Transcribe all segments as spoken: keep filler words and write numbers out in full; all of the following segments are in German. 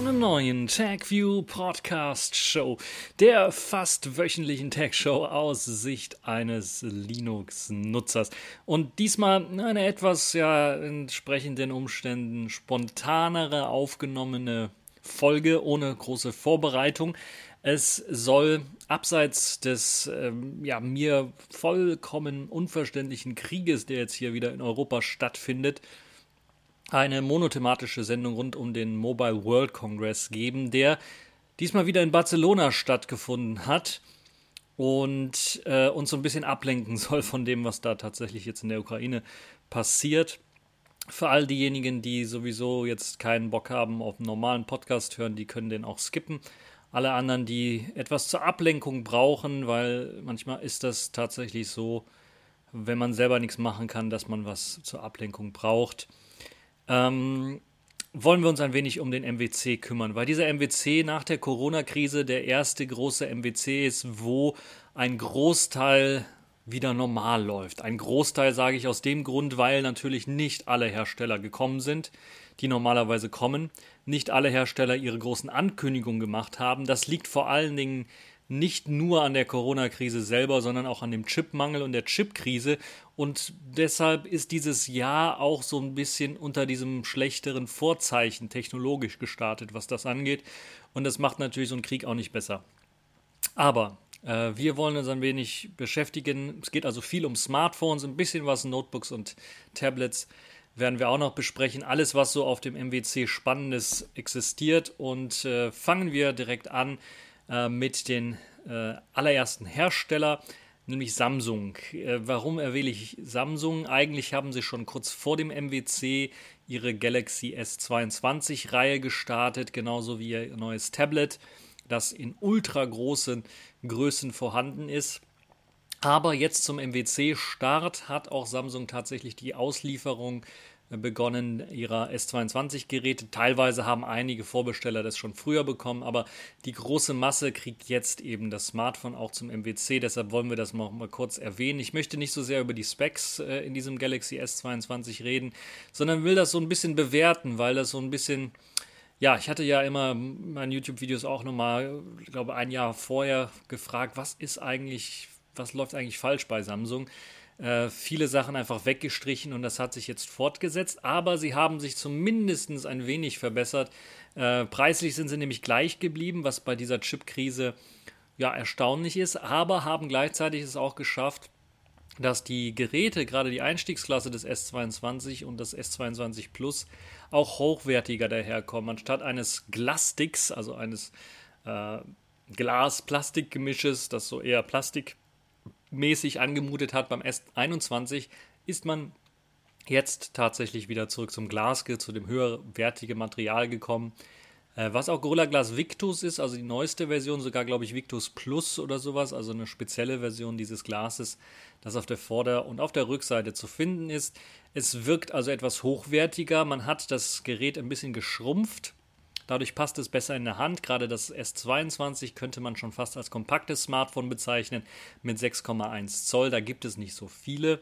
einer neuen TechView Podcast Show, der fast wöchentlichen Tech-Show aus Sicht eines Linux-Nutzers. Und diesmal eine etwas, ja, entsprechenden Umständen spontanere aufgenommene Folge ohne große Vorbereitung. Es soll abseits des ähm, ja, mir vollkommen unverständlichen Krieges, der jetzt hier wieder in Europa stattfindet, eine monothematische Sendung rund um den Mobile World Congress geben, der diesmal wieder in Barcelona stattgefunden hat und äh, uns so ein bisschen ablenken soll von dem, was da tatsächlich jetzt in der Ukraine passiert. Für all diejenigen, die sowieso jetzt keinen Bock haben auf einen normalen Podcast hören, die können den auch skippen. Alle anderen, die etwas zur Ablenkung brauchen, weil manchmal ist das tatsächlich so, wenn man selber nichts machen kann, dass man was zur Ablenkung braucht. Ähm, wollen wir uns ein wenig um den M W C kümmern, weil dieser M W C nach der Corona-Krise der erste große M W C ist, wo ein Großteil wieder normal läuft. Ein Großteil sage ich aus dem Grund, weil natürlich nicht alle Hersteller gekommen sind, die normalerweise kommen. Nicht alle Hersteller ihre großen Ankündigungen gemacht haben. Das liegt vor allen Dingen nicht nur an der Corona-Krise selber, sondern auch an dem Chipmangel und der Chipkrise. Und deshalb ist dieses Jahr auch so ein bisschen unter diesem schlechteren Vorzeichen technologisch gestartet, was das angeht. Und das macht natürlich so einen Krieg auch nicht besser. Aber äh, wir wollen uns ein wenig beschäftigen. Es geht also viel um Smartphones, ein bisschen was, Notebooks und Tablets werden wir auch noch besprechen. Alles, was so auf dem M W C Spannendes existiert. Und äh, fangen wir direkt an mit den äh, allerersten Hersteller, nämlich Samsung. Äh, warum erwähle ich Samsung? Eigentlich haben sie schon kurz vor dem M W C ihre Galaxy S zweiundzwanzig-Reihe gestartet, genauso wie ihr neues Tablet, das in ultra großen Größen vorhanden ist. Aber jetzt zum M W C-Start hat auch Samsung tatsächlich die Auslieferung begonnen ihrer S zweiundzwanzig-Geräte. Teilweise haben einige Vorbesteller das schon früher bekommen, aber die große Masse kriegt jetzt eben das Smartphone auch zum M W C. Deshalb wollen wir das noch mal kurz erwähnen. Ich möchte nicht so sehr über die Specs äh, in diesem Galaxy S zweiundzwanzig reden, sondern will das so ein bisschen bewerten, weil das so ein bisschen... Ja, ich hatte ja immer in meinen YouTube-Videos auch nochmal, ich glaube ein Jahr vorher gefragt, was ist eigentlich, was läuft eigentlich falsch bei Samsung? Äh, viele Sachen einfach weggestrichen und das hat sich jetzt fortgesetzt, aber sie haben sich zumindest ein wenig verbessert. Äh, preislich sind sie nämlich gleich geblieben, was bei dieser Chip-Krise ja erstaunlich ist, aber haben gleichzeitig es auch geschafft, dass die Geräte, gerade die Einstiegsklasse des S zweiundzwanzig und das S zweiundzwanzig Plus, auch hochwertiger daherkommen. Anstatt eines Glassticks, also eines äh, Glas-Plastik-Gemisches, das so eher plastikmäßig angemutet hat beim S einundzwanzig, ist man jetzt tatsächlich wieder zurück zum Glas, zu dem höherwertigen Material gekommen. Was auch Gorilla Glass Victus ist, also die neueste Version, sogar glaube ich Victus Plus oder sowas, also eine spezielle Version dieses Glases, das auf der Vorder- und auf der Rückseite zu finden ist. Es wirkt also etwas hochwertiger, man hat das Gerät ein bisschen geschrumpft, dadurch passt es besser in der Hand. Gerade das S zweiundzwanzig könnte man schon fast als kompaktes Smartphone bezeichnen mit sechs Komma eins Zoll, da gibt es nicht so viele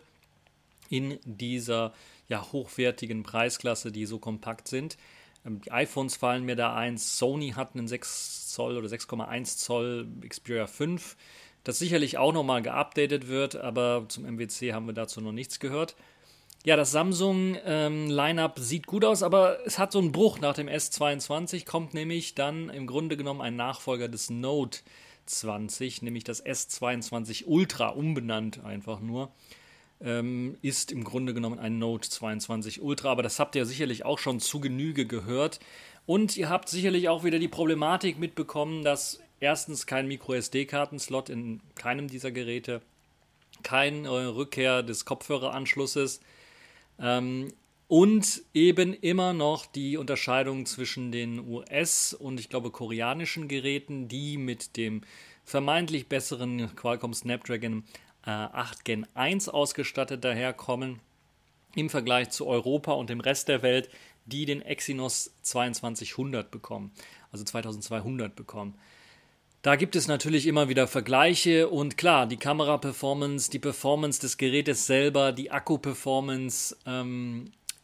in dieser ja, hochwertigen Preisklasse, die so kompakt sind. Die iPhones fallen mir da ein. Sony hat einen sechs Zoll oder sechs Komma eins Zoll Xperia fünf, das sicherlich auch nochmal geupdatet wird, aber zum M W C haben wir dazu noch nichts gehört. Ja, das Samsung-Line-Up ähm, sieht gut aus, aber es hat so einen Bruch. Nach dem S zweiundzwanzig kommt nämlich dann im Grunde genommen ein Nachfolger des Note zwanzig, nämlich das S zweiundzwanzig Ultra, umbenannt einfach nur. Ähm, ist im Grunde genommen ein Note zweiundzwanzig Ultra, aber das habt ihr sicherlich auch schon zu Genüge gehört. Und ihr habt sicherlich auch wieder die Problematik mitbekommen, dass erstens kein Micro-S D-Kartenslot in keinem dieser Geräte, keine äh, Rückkehr des Kopfhöreranschlusses ähm, und eben immer noch die Unterscheidung zwischen den U S- und ich glaube koreanischen Geräten, die mit dem vermeintlich besseren Qualcomm Snapdragon acht Gen eins ausgestattet daherkommen, im Vergleich zu Europa und dem Rest der Welt, die den Exynos zweiundzwanzighundert bekommen, also zweitausendzweihundert bekommen. Da gibt es natürlich immer wieder Vergleiche und klar, die Kamera-Performance, die Performance des Gerätes selber, die Akku-Performance ähm,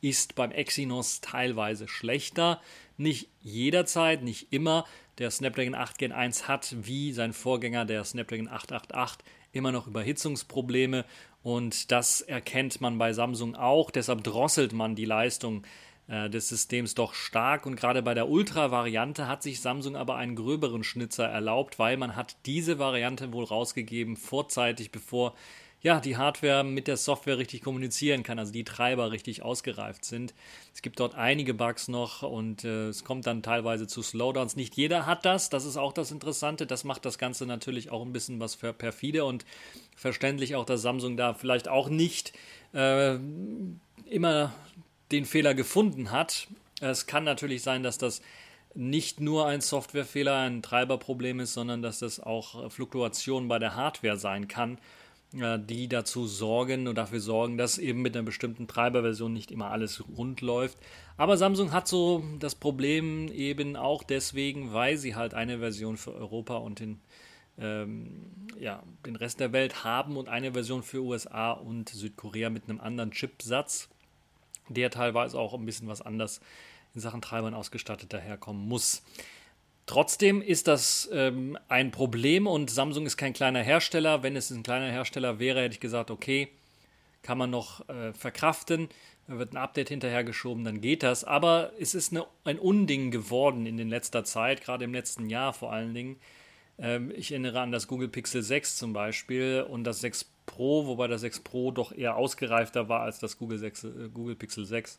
ist beim Exynos teilweise schlechter. Nicht jederzeit, nicht immer. Der Snapdragon acht Gen eins hat, wie sein Vorgänger, der Snapdragon acht acht acht, immer noch Überhitzungsprobleme. Und das erkennt man bei Samsung auch. Deshalb drosselt man die Leistung äh, des Systems doch stark. Und gerade bei der Ultra-Variante hat sich Samsung aber einen gröberen Schnitzer erlaubt, weil man hat diese Variante wohl rausgegeben vorzeitig, bevor ja, die Hardware mit der Software richtig kommunizieren kann, also die Treiber richtig ausgereift sind. Es gibt dort einige Bugs noch und äh, es kommt dann teilweise zu Slowdowns. Nicht jeder hat das, das ist auch das Interessante. Das macht das Ganze natürlich auch ein bisschen was für perfide und verständlich auch, dass Samsung da vielleicht auch nicht äh, immer den Fehler gefunden hat. Es kann natürlich sein, dass das nicht nur ein Softwarefehler, ein Treiberproblem ist, sondern dass das auch Fluktuationen bei der Hardware sein kann, die dazu sorgen und dafür sorgen, dass eben mit einer bestimmten Treiberversion nicht immer alles rund läuft. Aber Samsung hat so das Problem eben auch deswegen, weil sie halt eine Version für Europa und den, ähm, ja, den Rest der Welt haben und eine Version für U S A und Südkorea mit einem anderen Chipsatz, der teilweise auch ein bisschen was anders in Sachen Treibern ausgestattet daherkommen muss. Trotzdem ist das ähm, ein Problem und Samsung ist kein kleiner Hersteller. Wenn es ein kleiner Hersteller wäre, hätte ich gesagt, okay, kann man noch äh, verkraften. Da wird ein Update hinterhergeschoben, dann geht das. Aber es ist eine, ein Unding geworden in den letzter Zeit, gerade im letzten Jahr vor allen Dingen. Ähm, ich erinnere an das Google Pixel sechs zum Beispiel und das sechs Pro, wobei das sechs Pro doch eher ausgereifter war als das Google, sechs, äh, Google Pixel sechs.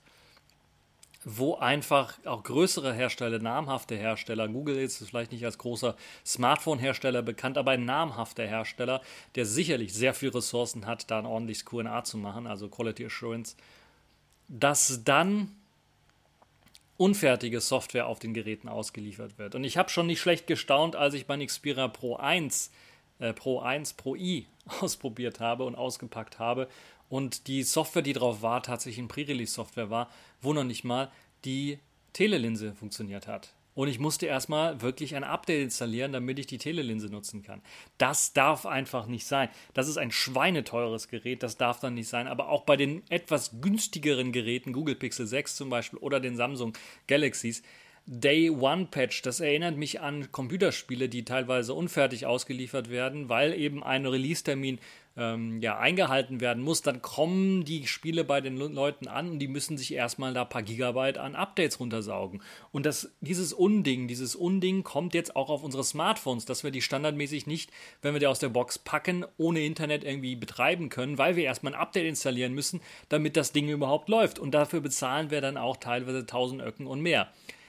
Wo einfach auch größere Hersteller, namhafte Hersteller, Google ist vielleicht nicht als großer Smartphone-Hersteller bekannt, aber ein namhafter Hersteller, der sicherlich sehr viel Ressourcen hat, da ein ordentliches Q A zu machen, also Quality Assurance, dass dann unfertige Software auf den Geräten ausgeliefert wird. Und ich habe schon nicht schlecht gestaunt, als ich mein Xperia Pro eins, äh, Pro eins, Pro i ausprobiert habe und ausgepackt habe und die Software, die drauf war, tatsächlich ein Pre-Release-Software war, wo noch nicht mal die Telelinse funktioniert hat. Und ich musste erstmal wirklich ein Update installieren, damit ich die Telelinse nutzen kann. Das darf einfach nicht sein. Das ist ein schweineteures Gerät, das darf dann nicht sein. Aber auch bei den etwas günstigeren Geräten, Google Pixel sechs zum Beispiel oder den Samsung Galaxies, Day-One-Patch, das erinnert mich an Computerspiele, die teilweise unfertig ausgeliefert werden, weil eben ein Release-Termin ähm, ja, eingehalten werden muss. Dann kommen die Spiele bei den Leuten an und die müssen sich erstmal da ein paar Gigabyte an Updates runtersaugen. Und das, dieses Unding, dieses Unding kommt jetzt auch auf unsere Smartphones, dass wir die standardmäßig nicht, wenn wir die aus der Box packen, ohne Internet irgendwie betreiben können, weil wir erstmal ein Update installieren müssen, damit das Ding überhaupt läuft. Und dafür bezahlen wir dann auch teilweise tausend Öcken und mehr.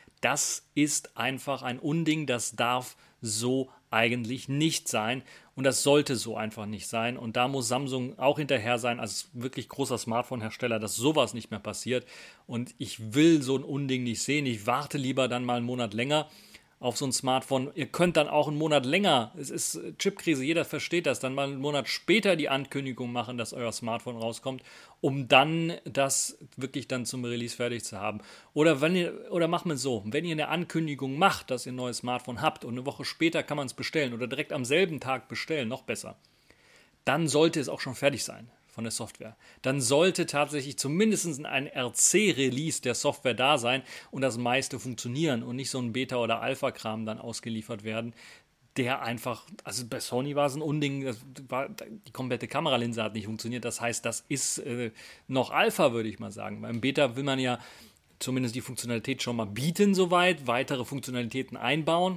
Das ist einfach ein Unding, das darf so eigentlich nicht sein und das sollte so einfach nicht sein und da muss Samsung auch hinterher sein als wirklich großer Smartphone-Hersteller, dass sowas nicht mehr passiert und ich will so ein Unding nicht sehen, ich warte lieber dann mal einen Monat länger auf so ein Smartphone. Ihr könnt dann auch einen Monat länger, es ist Chipkrise, jeder versteht das, dann mal einen Monat später die Ankündigung machen, dass euer Smartphone rauskommt, um dann das wirklich dann zum Release fertig zu haben. Oder wenn ihr, oder macht man es so, wenn ihr eine Ankündigung macht, dass ihr ein neues Smartphone habt und eine Woche später kann man es bestellen oder direkt am selben Tag bestellen, noch besser, dann sollte es auch schon fertig sein von der Software. Dann sollte tatsächlich zumindest ein R C-Release der Software da sein und das meiste funktionieren und nicht so ein Beta- oder Alpha-Kram dann ausgeliefert werden, der einfach, also bei Sony war es ein Unding, das war, die komplette Kameralinse hat nicht funktioniert, das heißt, das ist äh, noch Alpha, würde ich mal sagen. Beim Beta will man ja zumindest die Funktionalität schon mal bieten soweit, weitere Funktionalitäten einbauen.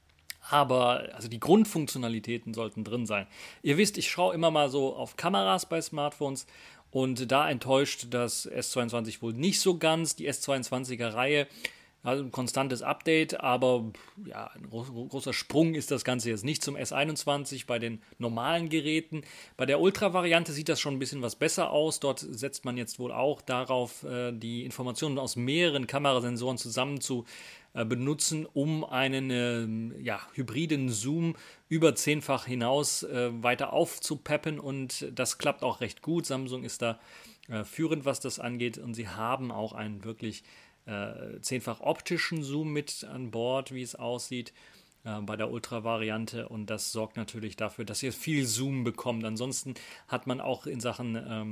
Aber also die Grundfunktionalitäten sollten drin sein. Ihr wisst, ich schaue immer mal so auf Kameras bei Smartphones und da enttäuscht das S zweiundzwanzig wohl nicht so ganz. Die S zweiundzwanziger-Reihe, also ein konstantes Update, aber ja, ein großer Sprung ist das Ganze jetzt nicht zum S einundzwanzig bei den normalen Geräten. Bei der Ultra-Variante sieht das schon ein bisschen was besser aus. Dort setzt man jetzt wohl auch darauf, die Informationen aus mehreren Kamerasensoren zusammen zu benutzen, um einen äh, ja, hybriden Zoom über zehnfach hinaus äh, weiter aufzupeppen und das klappt auch recht gut. Samsung ist da äh, führend, was das angeht und sie haben auch einen wirklich äh, zehnfach optischen Zoom mit an Bord, wie es aussieht, äh, bei der Ultra-Variante und das sorgt natürlich dafür, dass ihr viel Zoom bekommt. Ansonsten hat man auch in Sachen ähm,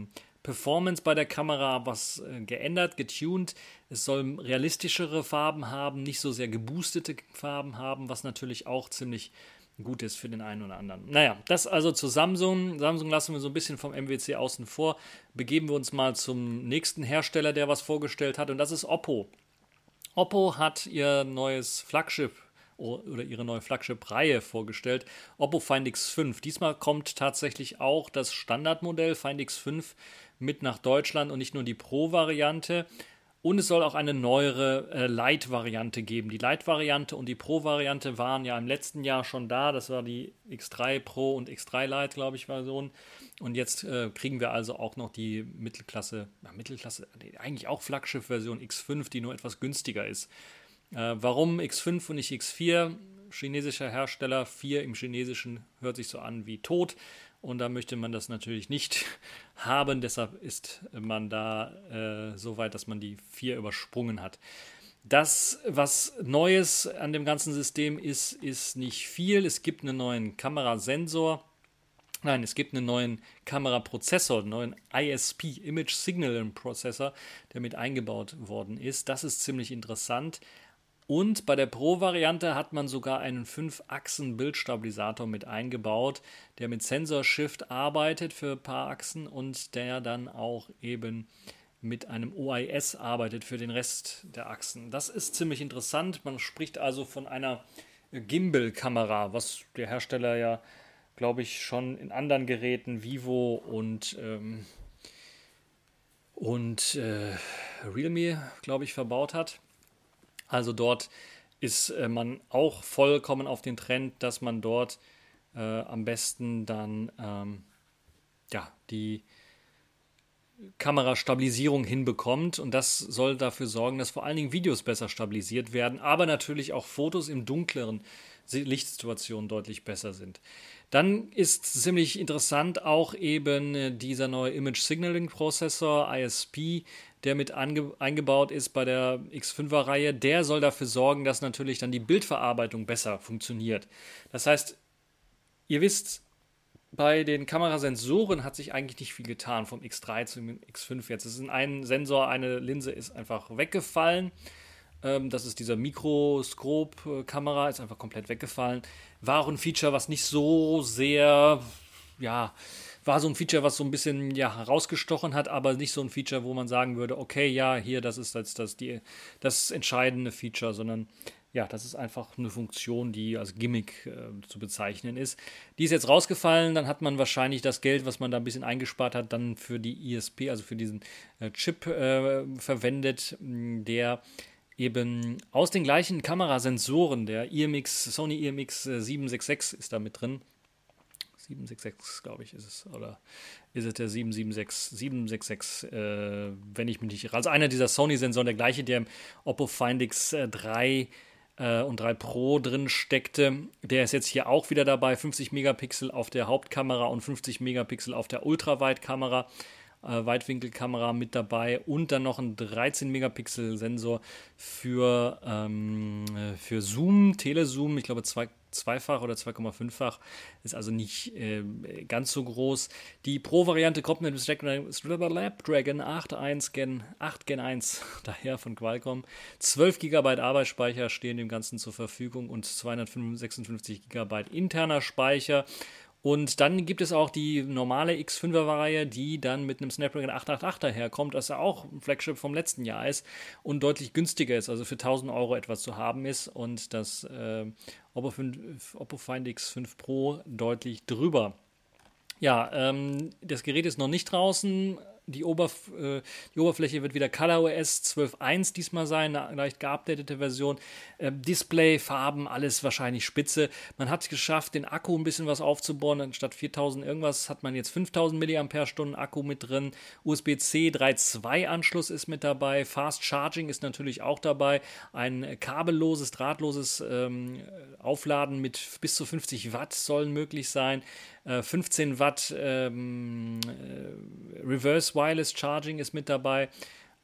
Performance bei der Kamera was äh, geändert, getuned. Es soll realistischere Farben haben, nicht so sehr geboostete Farben haben, was natürlich auch ziemlich gut ist für den einen oder anderen. Naja, das also zu Samsung. Samsung lassen wir so ein bisschen vom M W C außen vor. Begeben wir uns mal zum nächsten Hersteller, der was vorgestellt hat, und das ist Oppo. Oppo hat ihr neues Flaggschiff oder ihre neue Flaggschiff-Reihe vorgestellt, Oppo Find X fünf. Diesmal kommt tatsächlich auch das Standardmodell Find X fünf mit nach Deutschland und nicht nur die Pro-Variante. Und es soll auch eine neuere äh, Lite-Variante geben. Die Lite-Variante und die Pro-Variante waren ja im letzten Jahr schon da. Das war die X drei Pro und X drei Lite, glaube ich, Version. Und jetzt äh, kriegen wir also auch noch die Mittelklasse, na, Mittelklasse, nee, eigentlich auch Flaggschiff-Version X fünf, die nur etwas günstiger ist. Äh, warum X fünf und nicht X vier? Chinesischer Hersteller, vier im Chinesischen hört sich so an wie tot. Und da möchte man das natürlich nicht haben. Deshalb ist man da äh, so weit, dass man die vier übersprungen hat. Das, was Neues an dem ganzen System ist, ist nicht viel. Es gibt einen neuen Kamerasensor. Nein, es gibt einen neuen Kameraprozessor, einen neuen I S P, Image Signaling Processor, der mit eingebaut worden ist. Das ist ziemlich interessant. Und bei der Pro-Variante hat man sogar einen fünf Achsen Bildstabilisator mit eingebaut, der mit Sensor Shift arbeitet für ein paar Achsen und der dann auch eben mit einem O I S arbeitet für den Rest der Achsen. Das ist ziemlich interessant. Man spricht also von einer Gimbal-Kamera, was der Hersteller ja, glaube ich, schon in anderen Geräten, Vivo und, ähm, und äh, Realme, glaube ich, verbaut hat. Also dort ist äh, man auch vollkommen auf den Trend, dass man dort äh, am besten dann ähm, ja, die Kamerastabilisierung hinbekommt, und das soll dafür sorgen, dass vor allen Dingen Videos besser stabilisiert werden, aber natürlich auch Fotos in dunkleren Lichtsituationen deutlich besser sind. Dann ist ziemlich interessant auch eben dieser neue Image Signaling Prozessor, I S P, der mit ange- eingebaut ist bei der X fünfer Reihe. Der soll dafür sorgen, dass natürlich dann die Bildverarbeitung besser funktioniert. Das heißt, ihr wisst, bei den Kamerasensoren hat sich eigentlich nicht viel getan, vom X drei zum X fünf jetzt. Es ist ein Sensor, eine Linse ist einfach weggefallen. Das ist dieser Mikroskop-Kamera, ist einfach komplett weggefallen. War auch ein Feature, was nicht so sehr, ja, war so ein Feature, was so ein bisschen ja, herausgestochen hat, aber nicht so ein Feature, wo man sagen würde, okay, ja, hier, das ist jetzt das, die, das entscheidende Feature, sondern ja, das ist einfach eine Funktion, die als Gimmick äh, zu bezeichnen ist. Die ist jetzt rausgefallen, dann hat man wahrscheinlich das Geld, was man da ein bisschen eingespart hat, dann für die I S P, also für diesen äh, Chip äh, verwendet, der eben aus den gleichen Kamerasensoren, der I M X, Sony I M X sieben sechs sechs ist da mit drin. sieben sechs sechs, glaube ich, ist es. Oder ist es der sieben sieben sechs, sieben sechs sechs, äh, wenn ich mich nicht irre. Also einer dieser Sony-Sensoren, der gleiche, der im Oppo Find X drei äh, und drei Pro drin steckte. Der ist jetzt hier auch wieder dabei. fünfzig Megapixel auf der Hauptkamera und fünfzig Megapixel auf der Ultraweitkamera. Weitwinkelkamera mit dabei und dann noch ein dreizehn Megapixel Sensor für, ähm, für Zoom, Telezoom, ich glaube zwei, zweifach oder zwei Komma fünffach, ist also nicht äh, ganz so groß. Die Pro-Variante kommt mit dem Snapdragon acht Gen eins, daher von Qualcomm. zwölf Gigabyte Arbeitsspeicher stehen dem Ganzen zur Verfügung und zweihundertsechsundfünfzig Gigabyte interner Speicher. Und dann gibt es auch die normale X fünfer Reihe, die dann mit einem Snapdragon acht acht acht daherkommt, was ja auch ein Flagship vom letzten Jahr ist und deutlich günstiger ist, also für tausend Euro etwas zu haben ist, und das äh, Oppo, fünf, Oppo Find X fünf Pro deutlich drüber. Ja, ähm, das Gerät ist noch nicht draußen. Die, Oberf- äh, die Oberfläche wird wieder ColorOS zwölf Punkt eins diesmal sein, eine leicht geupdatete Version. Äh, Display, Farben, alles wahrscheinlich spitze. Man hat es geschafft, den Akku ein bisschen was aufzubauen. Anstatt viertausend irgendwas hat man jetzt fünftausend Milliampere-Stunden Akku mit drin. U S B C drei Punkt zwei Anschluss ist mit dabei. Fast Charging ist natürlich auch dabei. Ein kabelloses, drahtloses ähm, Aufladen mit bis zu fünfzig Watt sollen möglich sein. Äh, fünfzehn Watt ähm, äh, Reverse Wireless Charging ist mit dabei.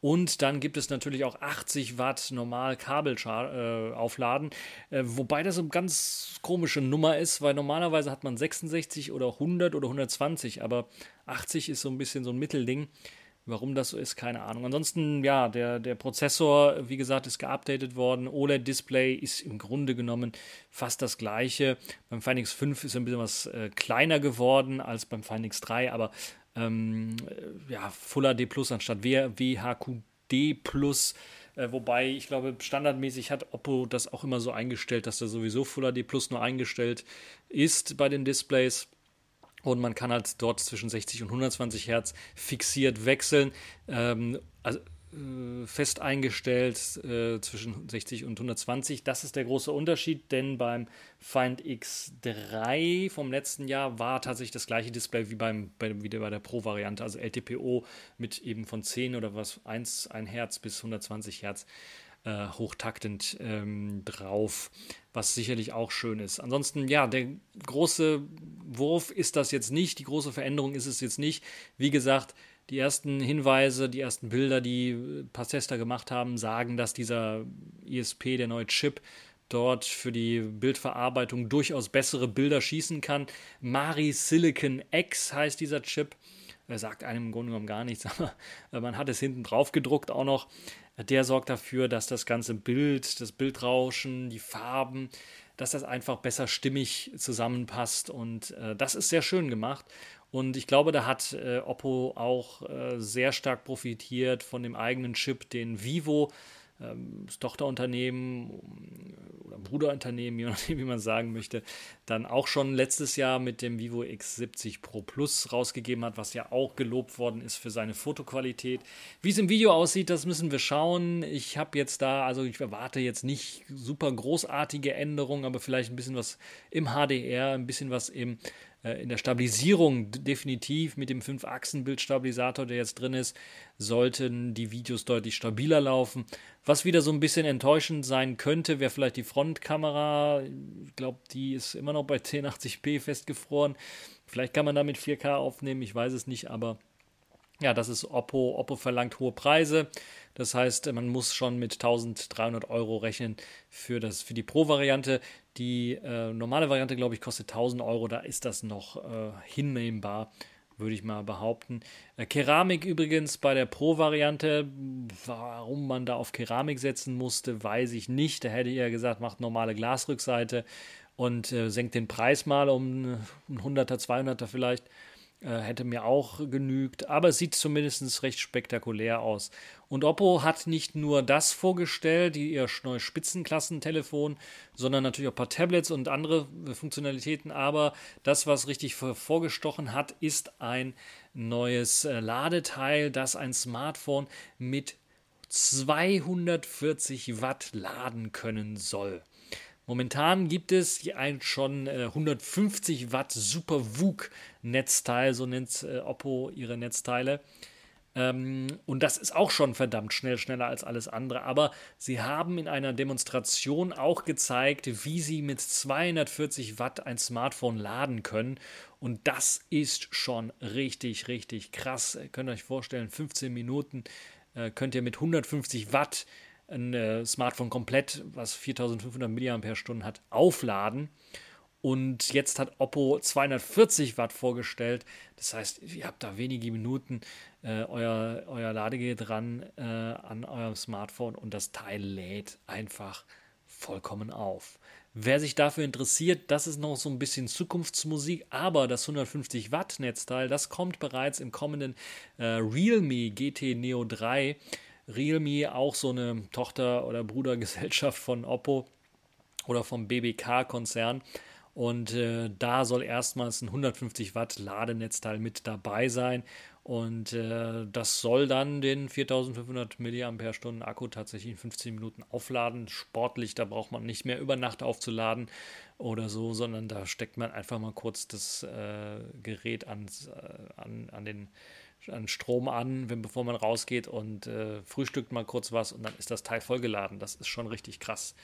Und dann gibt es natürlich auch achtzig Watt normal Kabel äh, aufladen, äh, wobei das eine ganz komische Nummer ist, weil normalerweise hat man sechsundsechzig oder hundert oder hundertzwanzig, aber achtzig ist so ein bisschen so ein Mittelding. Warum das so ist, keine Ahnung. Ansonsten, ja, der, der Prozessor, wie gesagt, ist geupdatet worden. O L E D-Display ist im Grunde genommen fast das gleiche. Beim Find X fünf ist ein bisschen was äh, kleiner geworden als beim Find X drei, aber ähm, ja, Full H D Plus anstatt W H Q D Plus. Äh, wobei, ich glaube, standardmäßig hat Oppo das auch immer so eingestellt, dass da sowieso Full H D Plus nur eingestellt ist bei den Displays. Und man kann halt dort zwischen sechzig und hundertzwanzig Hertz fixiert wechseln. Ähm, also äh, fest eingestellt äh, zwischen sechzig und hundertzwanzig. Das ist der große Unterschied, denn beim Find X drei vom letzten Jahr war tatsächlich das gleiche Display wie beim bei, wieder bei der Pro-Variante, also L T P O mit eben von zehn oder was eins, ein Hertz bis hundertzwanzig Hertz. Äh, hochtaktend ähm, drauf, was sicherlich auch schön ist. Ansonsten, ja, der große Wurf ist das jetzt nicht, die große Veränderung ist es jetzt nicht. Wie gesagt, die ersten Hinweise, die ersten Bilder, die ein paar Tester gemacht haben, sagen, dass dieser I S P, der neue Chip, dort für die Bildverarbeitung durchaus bessere Bilder schießen kann. Mari Silicon X heißt dieser Chip. Er sagt einem im Grunde genommen gar nichts, aber man hat es hinten drauf gedruckt auch noch. Der sorgt dafür, dass das ganze Bild, das Bildrauschen, die Farben, dass das einfach besser stimmig zusammenpasst. Und äh, das ist sehr schön gemacht. Und ich glaube, da hat äh, Oppo auch äh, sehr stark profitiert von dem eigenen Chip, den Vivo, ähm, das Tochterunternehmen oder Bruderunternehmen, je nachdem, wie man sagen möchte, dann auch schon letztes Jahr mit dem Vivo X siebzig Pro Plus rausgegeben hat, was ja auch gelobt worden ist für seine Fotoqualität. Wie es im Video aussieht, das müssen wir schauen. Ich habe jetzt da, also ich erwarte jetzt nicht super großartige Änderungen, aber vielleicht ein bisschen was im H D R, ein bisschen was im in der Stabilisierung definitiv mit dem fünf Achsen Bildstabilisator, der jetzt drin ist, sollten die Videos deutlich stabiler laufen. Was wieder so ein bisschen enttäuschend sein könnte, wäre vielleicht die Frontkamera. Ich glaube, die ist immer noch bei zehn achtzig p festgefroren. Vielleicht kann man damit vier K aufnehmen, ich weiß es nicht, aber ja, das ist Oppo. Oppo verlangt hohe Preise. Das heißt, man muss schon mit eintausenddreihundert Euro rechnen für, das, für die Pro-Variante. Die äh, normale Variante, glaube ich, kostet tausend Euro. Da ist das noch äh, hinnehmbar, würde ich mal behaupten. Äh, Keramik übrigens bei der Pro-Variante. Warum man da auf Keramik setzen musste, weiß ich nicht. Da hätte ich ja gesagt, macht normale Glasrückseite und äh, senkt den Preis mal um ein Hunderter, zweihunderter vielleicht. Hätte mir auch genügt, aber es sieht zumindest recht spektakulär aus. Und Oppo hat nicht nur das vorgestellt, die ihr neue Spitzenklassentelefon, sondern natürlich auch ein paar Tablets und andere Funktionalitäten, aber das, was richtig vorgestochen hat, ist ein neues Ladeteil, das ein Smartphone mit zweihundertvierzig Watt laden können soll. Momentan gibt es ein schon äh, hundertfünfzig Watt Super V O O C-Netzteil, so nennt äh, Oppo ihre Netzteile. Ähm, und das ist auch schon verdammt schnell, schneller als alles andere. Aber sie haben in einer Demonstration auch gezeigt, wie sie mit zweihundertvierzig Watt ein Smartphone laden können. Und das ist schon richtig, richtig krass. Ihr könnt euch vorstellen, fünfzehn Minuten äh, könnt ihr mit hundertfünfzig Watt ein äh, Smartphone komplett, was viertausendfünfhundert Milliampere-Stunden hat, aufladen. Und jetzt hat Oppo zweihundertvierzig Watt vorgestellt. Das heißt, ihr habt da wenige Minuten äh, euer, euer Ladegerät dran äh, an eurem Smartphone und das Teil lädt einfach vollkommen auf. Wer sich dafür interessiert, das ist noch so ein bisschen Zukunftsmusik, aber das hundertfünfzig Watt Netzteil, das kommt bereits im kommenden äh, Realme G T Neo drei. Realme, auch so eine Tochter- oder Brudergesellschaft von Oppo oder vom B B K-Konzern. Und äh, da soll erstmals ein hundertfünfzig Watt Ladenetzteil mit dabei sein. Und äh, das soll dann den viertausendfünfhundert Milliampere-Stunden Akku tatsächlich in fünfzehn Minuten aufladen. Sportlich, da braucht man nicht mehr über Nacht aufzuladen oder so, sondern da steckt man einfach mal kurz das äh, Gerät ans, äh, an, an den an Strom an, wenn, bevor man rausgeht und äh, frühstückt mal kurz was und dann ist das Teil vollgeladen. Das ist schon richtig krass.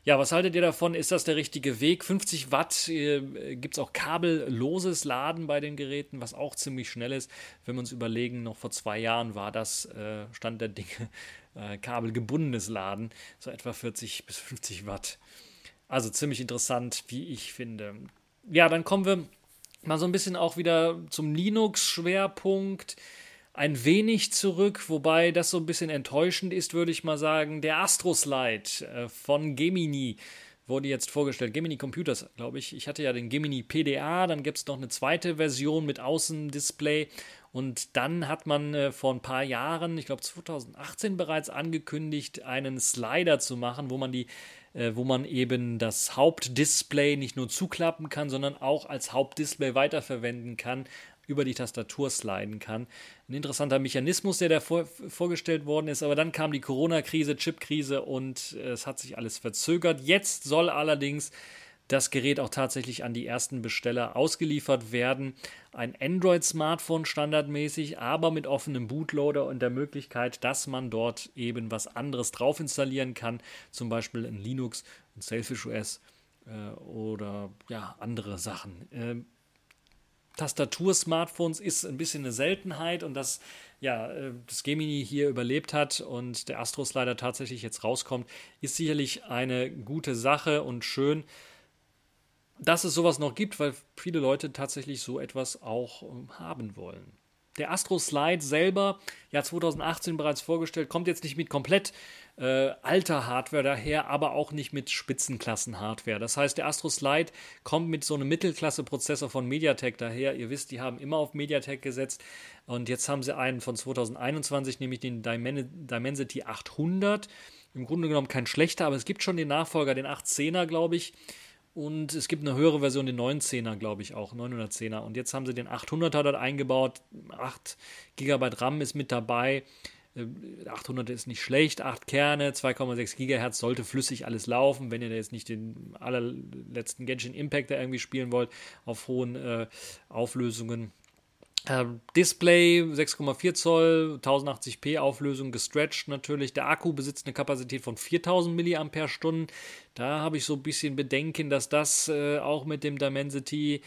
Ja, was haltet ihr davon? Ist das der richtige Weg? fünfzig Watt äh, gibt es auch kabelloses Laden bei den Geräten, was auch ziemlich schnell ist. Wenn wir uns überlegen, noch vor zwei Jahren war das äh, Stand der Dinge, äh, kabelgebundenes Laden, so etwa vierzig bis fünfzig Watt. Also ziemlich interessant, wie ich finde. Ja, dann kommen wir mal so ein bisschen auch wieder zum Linux-Schwerpunkt. Ein wenig zurück, wobei das so ein bisschen enttäuschend ist, würde ich mal sagen. Der Astroslide äh, von Gemini wurde jetzt vorgestellt. Gemini Computers, glaube ich. Ich hatte ja den Gemini P D A, dann gibt es noch eine zweite Version mit Außendisplay. Und dann hat man äh, vor ein paar Jahren, ich glaube zwanzig achtzehn bereits angekündigt, einen Slider zu machen, wo man die äh, wo man eben das Hauptdisplay nicht nur zuklappen kann, sondern auch als Hauptdisplay weiterverwenden kann, über die Tastatur sliden kann. Ein interessanter Mechanismus, der da vor, vorgestellt worden ist, aber dann kam die Corona-Krise, Chip-Krise und äh, es hat sich alles verzögert. Jetzt soll allerdings das Gerät auch tatsächlich an die ersten Besteller ausgeliefert werden. Ein Android-Smartphone standardmäßig, aber mit offenem Bootloader und der Möglichkeit, dass man dort eben was anderes drauf installieren kann, zum Beispiel ein Linux, ein Sailfish O S äh, oder ja, andere Sachen. Äh, Tastatur-Smartphones ist ein bisschen eine Seltenheit und dass ja, das Gemini hier überlebt hat und der Astro-Slider tatsächlich jetzt rauskommt, ist sicherlich eine gute Sache und schön, dass es sowas noch gibt, weil viele Leute tatsächlich so etwas auch haben wollen. Der Astro Slide selber, ja zwanzig achtzehn bereits vorgestellt, kommt jetzt nicht mit komplett äh, alter Hardware daher, aber auch nicht mit Spitzenklassen-Hardware. Das heißt, der Astro Slide kommt mit so einem Mittelklasse-Prozessor von MediaTek daher. Ihr wisst, die haben immer auf MediaTek gesetzt und jetzt haben sie einen von zwanzig einundzwanzig, nämlich den Dimensity achthundert. Im Grunde genommen kein schlechter, aber es gibt schon den Nachfolger, den achtzehner, glaube ich. Und es gibt eine höhere Version, den neunzehner, glaube ich auch, neunhundertzehner. Und jetzt haben sie den achthunderter dort eingebaut. acht Gigabyte RAM ist mit dabei. achthundert ist nicht schlecht. acht Kerne, zwei Komma sechs Gigahertz, sollte flüssig alles laufen. Wenn ihr da jetzt nicht den allerletzten Genshin Impact da irgendwie spielen wollt, auf hohen äh, Auflösungen. Äh, Display sechs Komma vier Zoll, tausendachtzig p Auflösung, gestretched natürlich. Der Akku besitzt eine Kapazität von viertausend Milliampere-Stunden. Da habe ich so ein bisschen Bedenken, dass das äh, auch mit dem Dimensity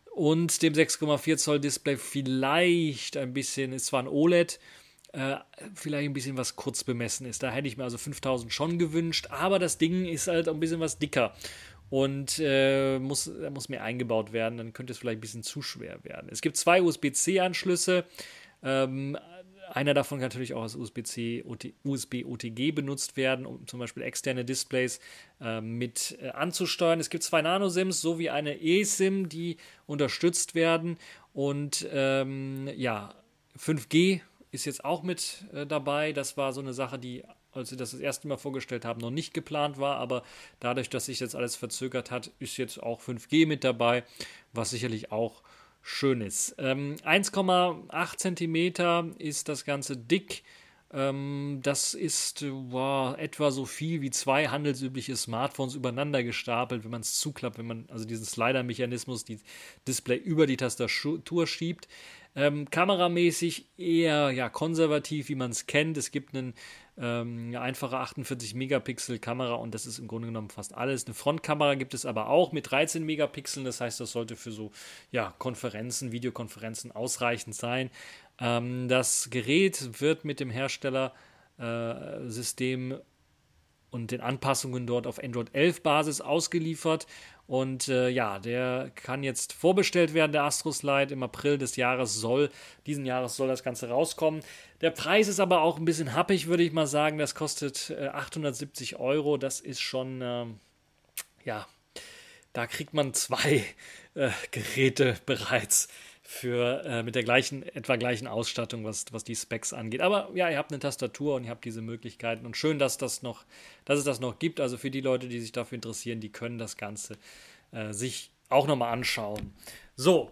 und dem sechs Komma vier Zoll Display vielleicht ein bisschen, ist zwar ein O L E D, äh, vielleicht ein bisschen was kurz bemessen ist. Da hätte ich mir also fünftausend schon gewünscht, aber das Ding ist halt ein bisschen was dicker. Und äh, muss, muss mehr eingebaut werden, dann könnte es vielleicht ein bisschen zu schwer werden. Es gibt zwei U S B C Anschlüsse. Ähm, einer davon kann natürlich auch als U S B C, U S B O T G benutzt werden, um zum Beispiel externe Displays äh, mit äh, anzusteuern. Es gibt zwei Nano-SIMs sowie eine eSIM, die unterstützt werden. Und ähm, ja, fünf G ist jetzt auch mit äh, dabei. Das war so eine Sache, die, als sie das das erste Mal vorgestellt haben, noch nicht geplant war, aber dadurch, dass sich jetzt alles verzögert hat, ist jetzt auch fünf G mit dabei, was sicherlich auch schön ist. Ähm, eins Komma acht Zentimeter ist das Ganze dick. Ähm, das ist wow, etwa so viel wie zwei handelsübliche Smartphones übereinander gestapelt, wenn man es zuklappt, wenn man also diesen Slider-Mechanismus, die Display über die Tastatur schiebt. Ähm, kameramäßig eher ja, konservativ, wie man es kennt. Es gibt einen ähm, eine einfache achtundvierzig Megapixel Kamera und das ist im Grunde genommen fast alles. Eine Frontkamera gibt es aber auch mit dreizehn Megapixeln. Das heißt, das sollte für so ja, Konferenzen, Videokonferenzen ausreichend sein. Ähm, das Gerät wird mit dem Herstellersystem äh, und den Anpassungen dort auf Android elf Basis ausgeliefert. Und äh, ja, der kann jetzt vorbestellt werden, der Astro Slide. Im April des Jahres soll, diesen Jahres soll das Ganze rauskommen. Der Preis ist aber auch ein bisschen happig, würde ich mal sagen. Das kostet äh, achthundertsiebzig Euro. Das ist schon, äh, ja, da kriegt man zwei äh, Geräte bereits für äh, mit der gleichen, etwa gleichen Ausstattung, was, was die Specs angeht. Aber ja, ihr habt eine Tastatur und ihr habt diese Möglichkeiten. Und schön, dass, das noch, dass es das noch gibt. Also für die Leute, die sich dafür interessieren, die können das Ganze äh, sich auch nochmal anschauen. So,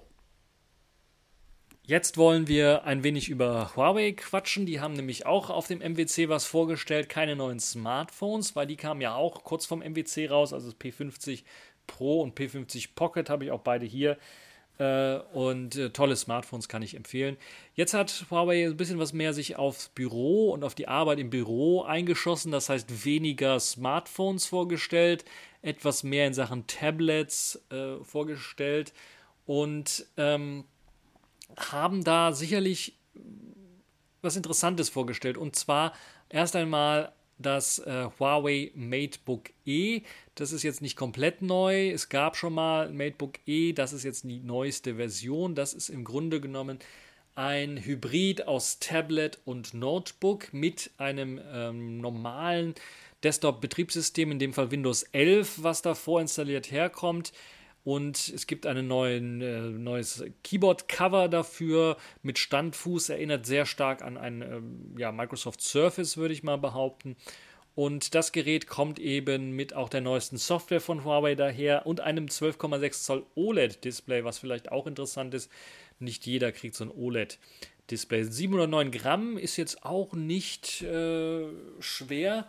jetzt wollen wir ein wenig über Huawei quatschen. Die haben nämlich auch auf dem M W C was vorgestellt. Keine neuen Smartphones, weil die kamen ja auch kurz vom M W C raus. Also das P fünfzig Pro und P fünfzig Pocket habe ich auch beide hier. Äh, und äh, tolle Smartphones kann ich empfehlen. Jetzt hat Huawei ein bisschen was mehr sich aufs Büro und auf die Arbeit im Büro eingeschossen. Das heißt, weniger Smartphones vorgestellt, etwas mehr in Sachen Tablets äh, vorgestellt und ähm, haben da sicherlich was Interessantes vorgestellt. Und zwar erst einmal das äh, Huawei MateBook E. Das ist jetzt nicht komplett neu. Es gab schon mal ein MateBook E. Das ist jetzt die neueste Version. Das ist im Grunde genommen ein Hybrid aus Tablet und Notebook mit einem ähm, normalen Desktop-Betriebssystem, in dem Fall Windows elf, was da vorinstalliert herkommt. Und es gibt ein neuen, äh, neues Keyboard-Cover dafür mit Standfuß, erinnert sehr stark an ein ähm, ja, Microsoft Surface, würde ich mal behaupten. Und das Gerät kommt eben mit auch der neuesten Software von Huawei daher und einem zwölf Komma sechs Zoll O L E D-Display, was vielleicht auch interessant ist. Nicht jeder kriegt so ein O L E D-Display. siebenhundertneun Gramm ist jetzt auch nicht äh, schwer.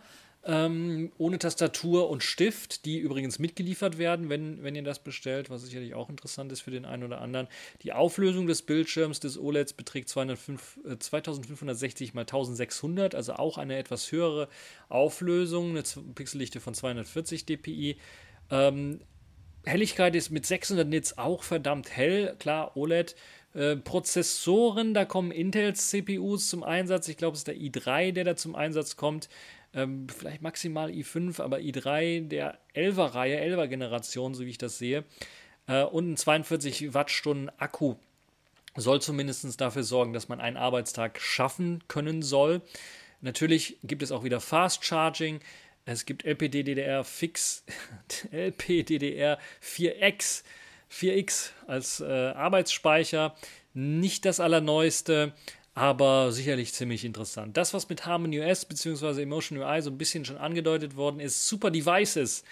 Ähm, ohne Tastatur und Stift, die übrigens mitgeliefert werden, wenn, wenn ihr das bestellt, was sicherlich auch interessant ist für den einen oder anderen. Die Auflösung des Bildschirms des O L E Ds beträgt zweihundertfünf, äh, zweitausendfünfhundertsechzig mal eintausendsechshundert, also auch eine etwas höhere Auflösung, eine Pixeldichte von zweihundertvierzig dpi. Ähm, Helligkeit ist mit sechshundert Nits auch verdammt hell, klar, O L E D. Äh, Prozessoren, da kommen Intels C P Us zum Einsatz. Ich glaube, es ist der i drei, der da zum Einsatz kommt. Ähm, vielleicht maximal i fünf, aber i drei der elfer-Reihe, elfer-Generation, so wie ich das sehe. Äh, und ein zweiundvierzig Wattstunden Akku soll zumindest dafür sorgen, dass man einen Arbeitstag schaffen können soll. Natürlich gibt es auch wieder Fast Charging. Es gibt L P D D R Fix, L P D D R vier X, vier X als äh, Arbeitsspeicher. Nicht das allerneueste, aber sicherlich ziemlich interessant. Das, was mit HarmonyOS bzw. Emotion U I so ein bisschen schon angedeutet worden ist, Super Devices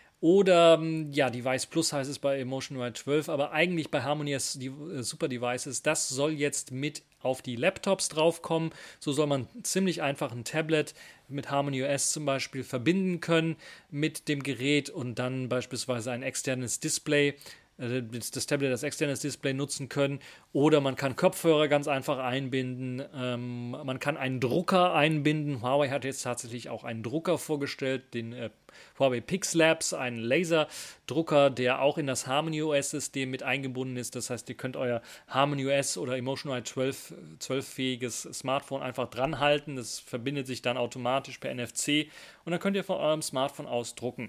oder ja, Device Plus heißt es bei Emotion U I zwölf, aber eigentlich bei HarmonyOS die äh, Super Devices, das soll jetzt mit auf die Laptops draufkommen. So soll man ziemlich einfach ein Tablet mit HarmonyOS zum Beispiel verbinden können mit dem Gerät und dann beispielsweise ein externes Display, das Tablet als externes Display nutzen können, oder man kann Kopfhörer ganz einfach einbinden, ähm, man kann einen Drucker einbinden. Huawei hat jetzt tatsächlich auch einen Drucker vorgestellt, den äh, Huawei PixLabs, einen Laserdrucker, der auch in das HarmonyOS-System mit eingebunden ist. Das heißt, ihr könnt euer HarmonyOS oder Emotion U I zwölf, zwölf-fähiges Smartphone einfach dran halten. Das verbindet sich dann automatisch per N F C und dann könnt ihr von eurem Smartphone aus drucken.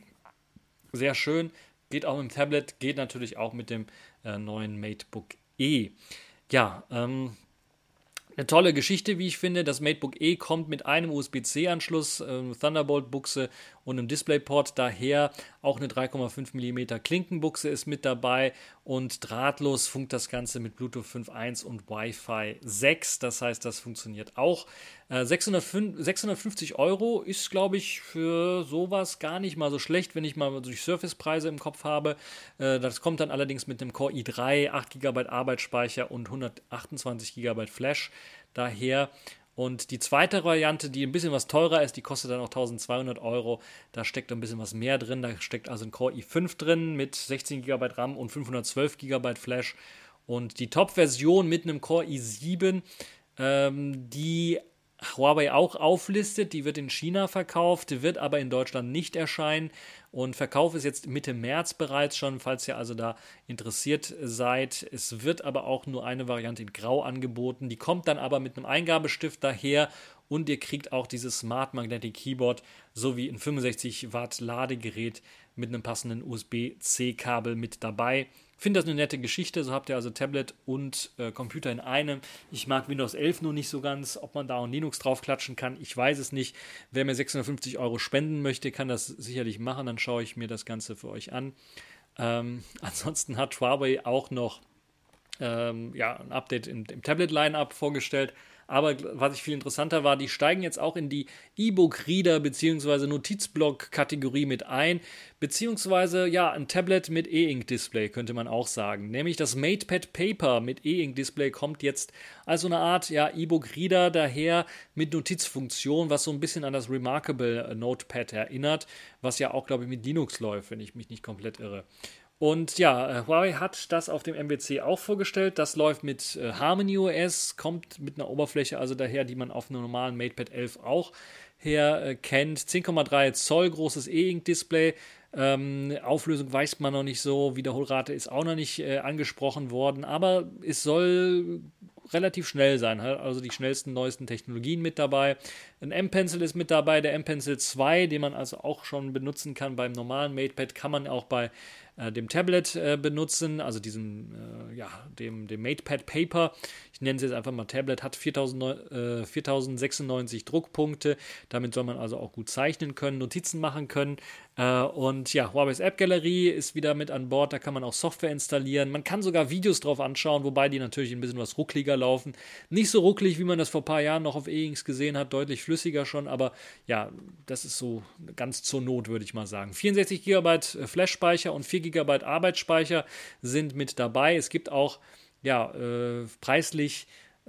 Sehr schön. Geht auch mit dem Tablet, geht natürlich auch mit dem äh, neuen MateBook E. Ja, ähm, eine tolle Geschichte, wie ich finde. Das MateBook E kommt mit einem U S B C-Anschluss, äh, Thunderbolt-Buchse und einem DisplayPort. Daher auch eine drei Komma fünf Millimeter Klinkenbuchse ist mit dabei und drahtlos funkt das Ganze mit Bluetooth fünf Punkt eins und Wi-Fi sechs. Das heißt, das funktioniert auch. Äh, sechshundertfünfzig Euro ist, glaube ich, für sowas gar nicht mal so schlecht, wenn ich mal durch Surface-Preise im Kopf habe. Äh, das kommt dann allerdings mit einem Core i drei, acht Gigabyte Arbeitsspeicher und hundertachtundzwanzig Gigabyte Flash daher. Und die zweite Variante, die ein bisschen was teurer ist, die kostet dann auch eintausendzweihundert Euro. Da steckt ein bisschen was mehr drin. Da steckt also ein Core i fünf drin mit sechzehn Gigabyte RAM und fünfhundertzwölf Gigabyte Flash. Und die Top-Version mit einem Core i sieben, ähm, die Huawei auch auflistet, die wird in China verkauft, wird aber in Deutschland nicht erscheinen und Verkauf ist jetzt Mitte März bereits schon, falls ihr also da interessiert seid. Es wird aber auch nur eine Variante in Grau angeboten, die kommt dann aber mit einem Eingabestift daher und ihr kriegt auch dieses Smart Magnetic Keyboard sowie ein fünfundsechzig Watt Ladegerät mit einem passenden U S B C-Kabel mit dabei. Ich finde das eine nette Geschichte, so habt ihr also Tablet und äh, Computer in einem. Ich mag Windows elf nur nicht so ganz, ob man da auch Linux draufklatschen kann, ich weiß es nicht. Wer mir sechshundertfünfzig Euro spenden möchte, kann das sicherlich machen, dann schaue ich mir das Ganze für euch an. Ähm, ansonsten hat Huawei auch noch ähm, ja, ein Update im, im Tablet-Line-Up vorgestellt. Aber was ich viel interessanter war, die steigen jetzt auch in die E-Book-Reader bzw. Notizblock-Kategorie mit ein, beziehungsweise ja, ein Tablet mit E-Ink-Display könnte man auch sagen. Nämlich das MatePad Paper mit E-Ink-Display kommt jetzt als so eine Art ja, E-Book-Reader daher mit Notizfunktion, was so ein bisschen an das Remarkable Notepad erinnert, was ja auch, glaube ich, mit Linux läuft, wenn ich mich nicht komplett irre. Und ja, äh, Huawei hat das auf dem M W C auch vorgestellt. Das läuft mit äh, Harmony O S, kommt mit einer Oberfläche also daher, die man auf einem normalen MatePad elf auch her äh, kennt. zehn Komma drei Zoll großes E-Ink-Display. Ähm, Auflösung weiß man noch nicht so. Wiederholrate ist auch noch nicht äh, angesprochen worden. Aber es soll relativ schnell sein. Also die schnellsten, neuesten Technologien mit dabei. Ein M-Pencil ist mit dabei. Der M-Pencil zwei, den man also auch schon benutzen kann beim normalen MatePad, kann man auch bei äh, dem Tablet äh, benutzen. Also diesem, äh, ja, dem, dem MatePad Paper. Ich nenne es jetzt einfach mal Tablet, hat viertausendsechsundneunzig Druckpunkte. Damit soll man also auch gut zeichnen können, Notizen machen können. Äh, und ja, Huawei's App-Galerie ist wieder mit an Bord. Da kann man auch Software installieren. Man kann sogar Videos drauf anschauen, wobei die natürlich ein bisschen was ruckliger laufen. Nicht so rucklig, wie man das vor ein paar Jahren noch auf E-Inks gesehen hat. Deutlich flüssiger schon. Aber ja, das ist so ganz zur Not, würde ich mal sagen. vierundsechzig Gigabyte Flash-Speicher und vier Gigabyte Arbeitsspeicher sind mit dabei. Es gibt auch ja, äh, preislich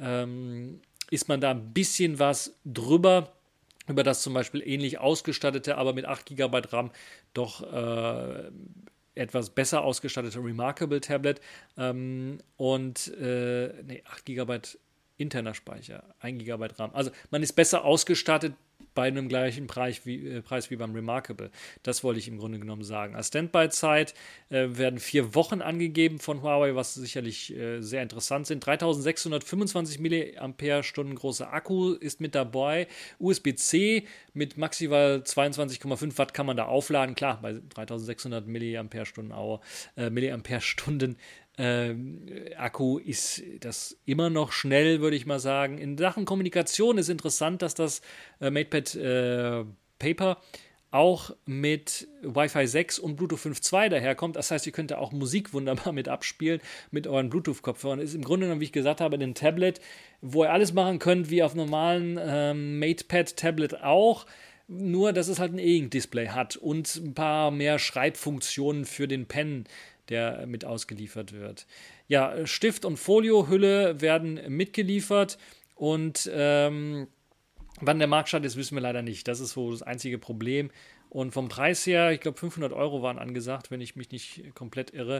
ähm, ist man da ein bisschen was drüber, über das zum Beispiel ähnlich ausgestattete, aber mit acht Gigabyte RAM doch äh, etwas besser ausgestattete Remarkable Tablet ähm, und äh, nee, acht Gigabyte interner Speicher, ein Gigabyte RAM. Also man ist besser ausgestattet bei einem gleichen Preis wie, äh, Preis wie beim Remarkable. Das wollte ich im Grunde genommen sagen. Als Standby-Zeit äh, werden vier Wochen angegeben von Huawei, was sicherlich äh, sehr interessant sind. dreitausendsechshundertfünfundzwanzig Milliampere-Stunden großer Akku ist mit dabei. U S B C mit maximal zweiundzwanzig Komma fünf Watt kann man da aufladen. Klar, bei dreitausendsechshundert Milliampere-Stunden äh, Milliampere-Stunden Ähm, Akku ist das immer noch schnell, würde ich mal sagen. In Sachen Kommunikation ist interessant, dass das äh, MatePad äh, Paper auch mit Wi-Fi sechs und Bluetooth fünf Punkt zwei daherkommt. Das heißt, ihr könnt da auch Musik wunderbar mit abspielen mit euren Bluetooth-Kopfhörern. Ist im Grunde genommen, wie ich gesagt habe, ein Tablet, wo ihr alles machen könnt, wie auf normalen ähm, MatePad-Tablet auch. Nur, dass es halt ein E-Ink-Display hat und ein paar mehr Schreibfunktionen für den Pen, der mit ausgeliefert wird. Ja, Stift und Foliohülle werden mitgeliefert und ähm, wann der Marktstart ist, wissen wir leider nicht. Das ist so das einzige Problem. Und vom Preis her, ich glaube fünfhundert Euro waren angesagt, wenn ich mich nicht komplett irre.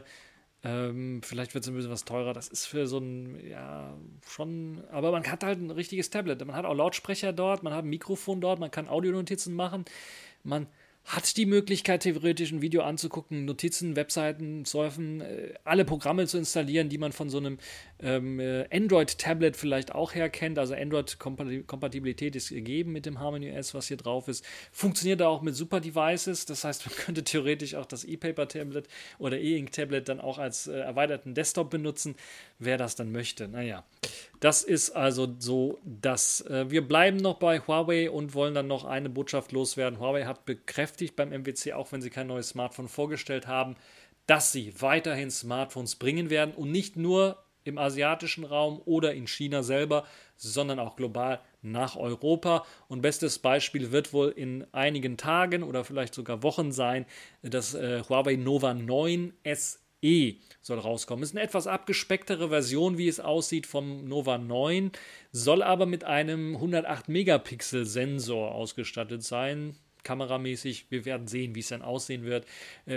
Ähm, vielleicht wird es ein bisschen was teurer. Das ist für so ein, ja, schon, aber man hat halt ein richtiges Tablet. Man hat auch Lautsprecher dort, man hat ein Mikrofon dort, man kann Audionotizen machen. Man hat die Möglichkeit, theoretisch ein Video anzugucken, Notizen, Webseiten surfen, äh, alle Programme zu installieren, die man von so einem ähm, äh, Android-Tablet vielleicht auch her kennt. Also Android-Kompatibilität ist gegeben mit dem Harmony O S, was hier drauf ist. Funktioniert da auch mit Super-Devices. Das heißt, man könnte theoretisch auch das E-Paper-Tablet oder E-Ink-Tablet dann auch als äh, erweiterten Desktop benutzen, wer das dann möchte. Naja, das ist also so das. Äh, wir bleiben noch bei Huawei und wollen dann noch eine Botschaft loswerden. Huawei hat bekräftigt beim M W C, auch wenn sie kein neues Smartphone vorgestellt haben, dass sie weiterhin Smartphones bringen werden und nicht nur im asiatischen Raum oder in China selber, sondern auch global nach Europa. Und bestes Beispiel wird wohl in einigen Tagen oder vielleicht sogar Wochen sein, das äh, Huawei Nova neun S E soll rauskommen. Ist eine etwas abgespecktere Version, wie es aussieht, vom Nova neun, soll aber mit einem hundertacht Megapixel Sensor ausgestattet sein. Kameramäßig, wir werden sehen, wie es dann aussehen wird.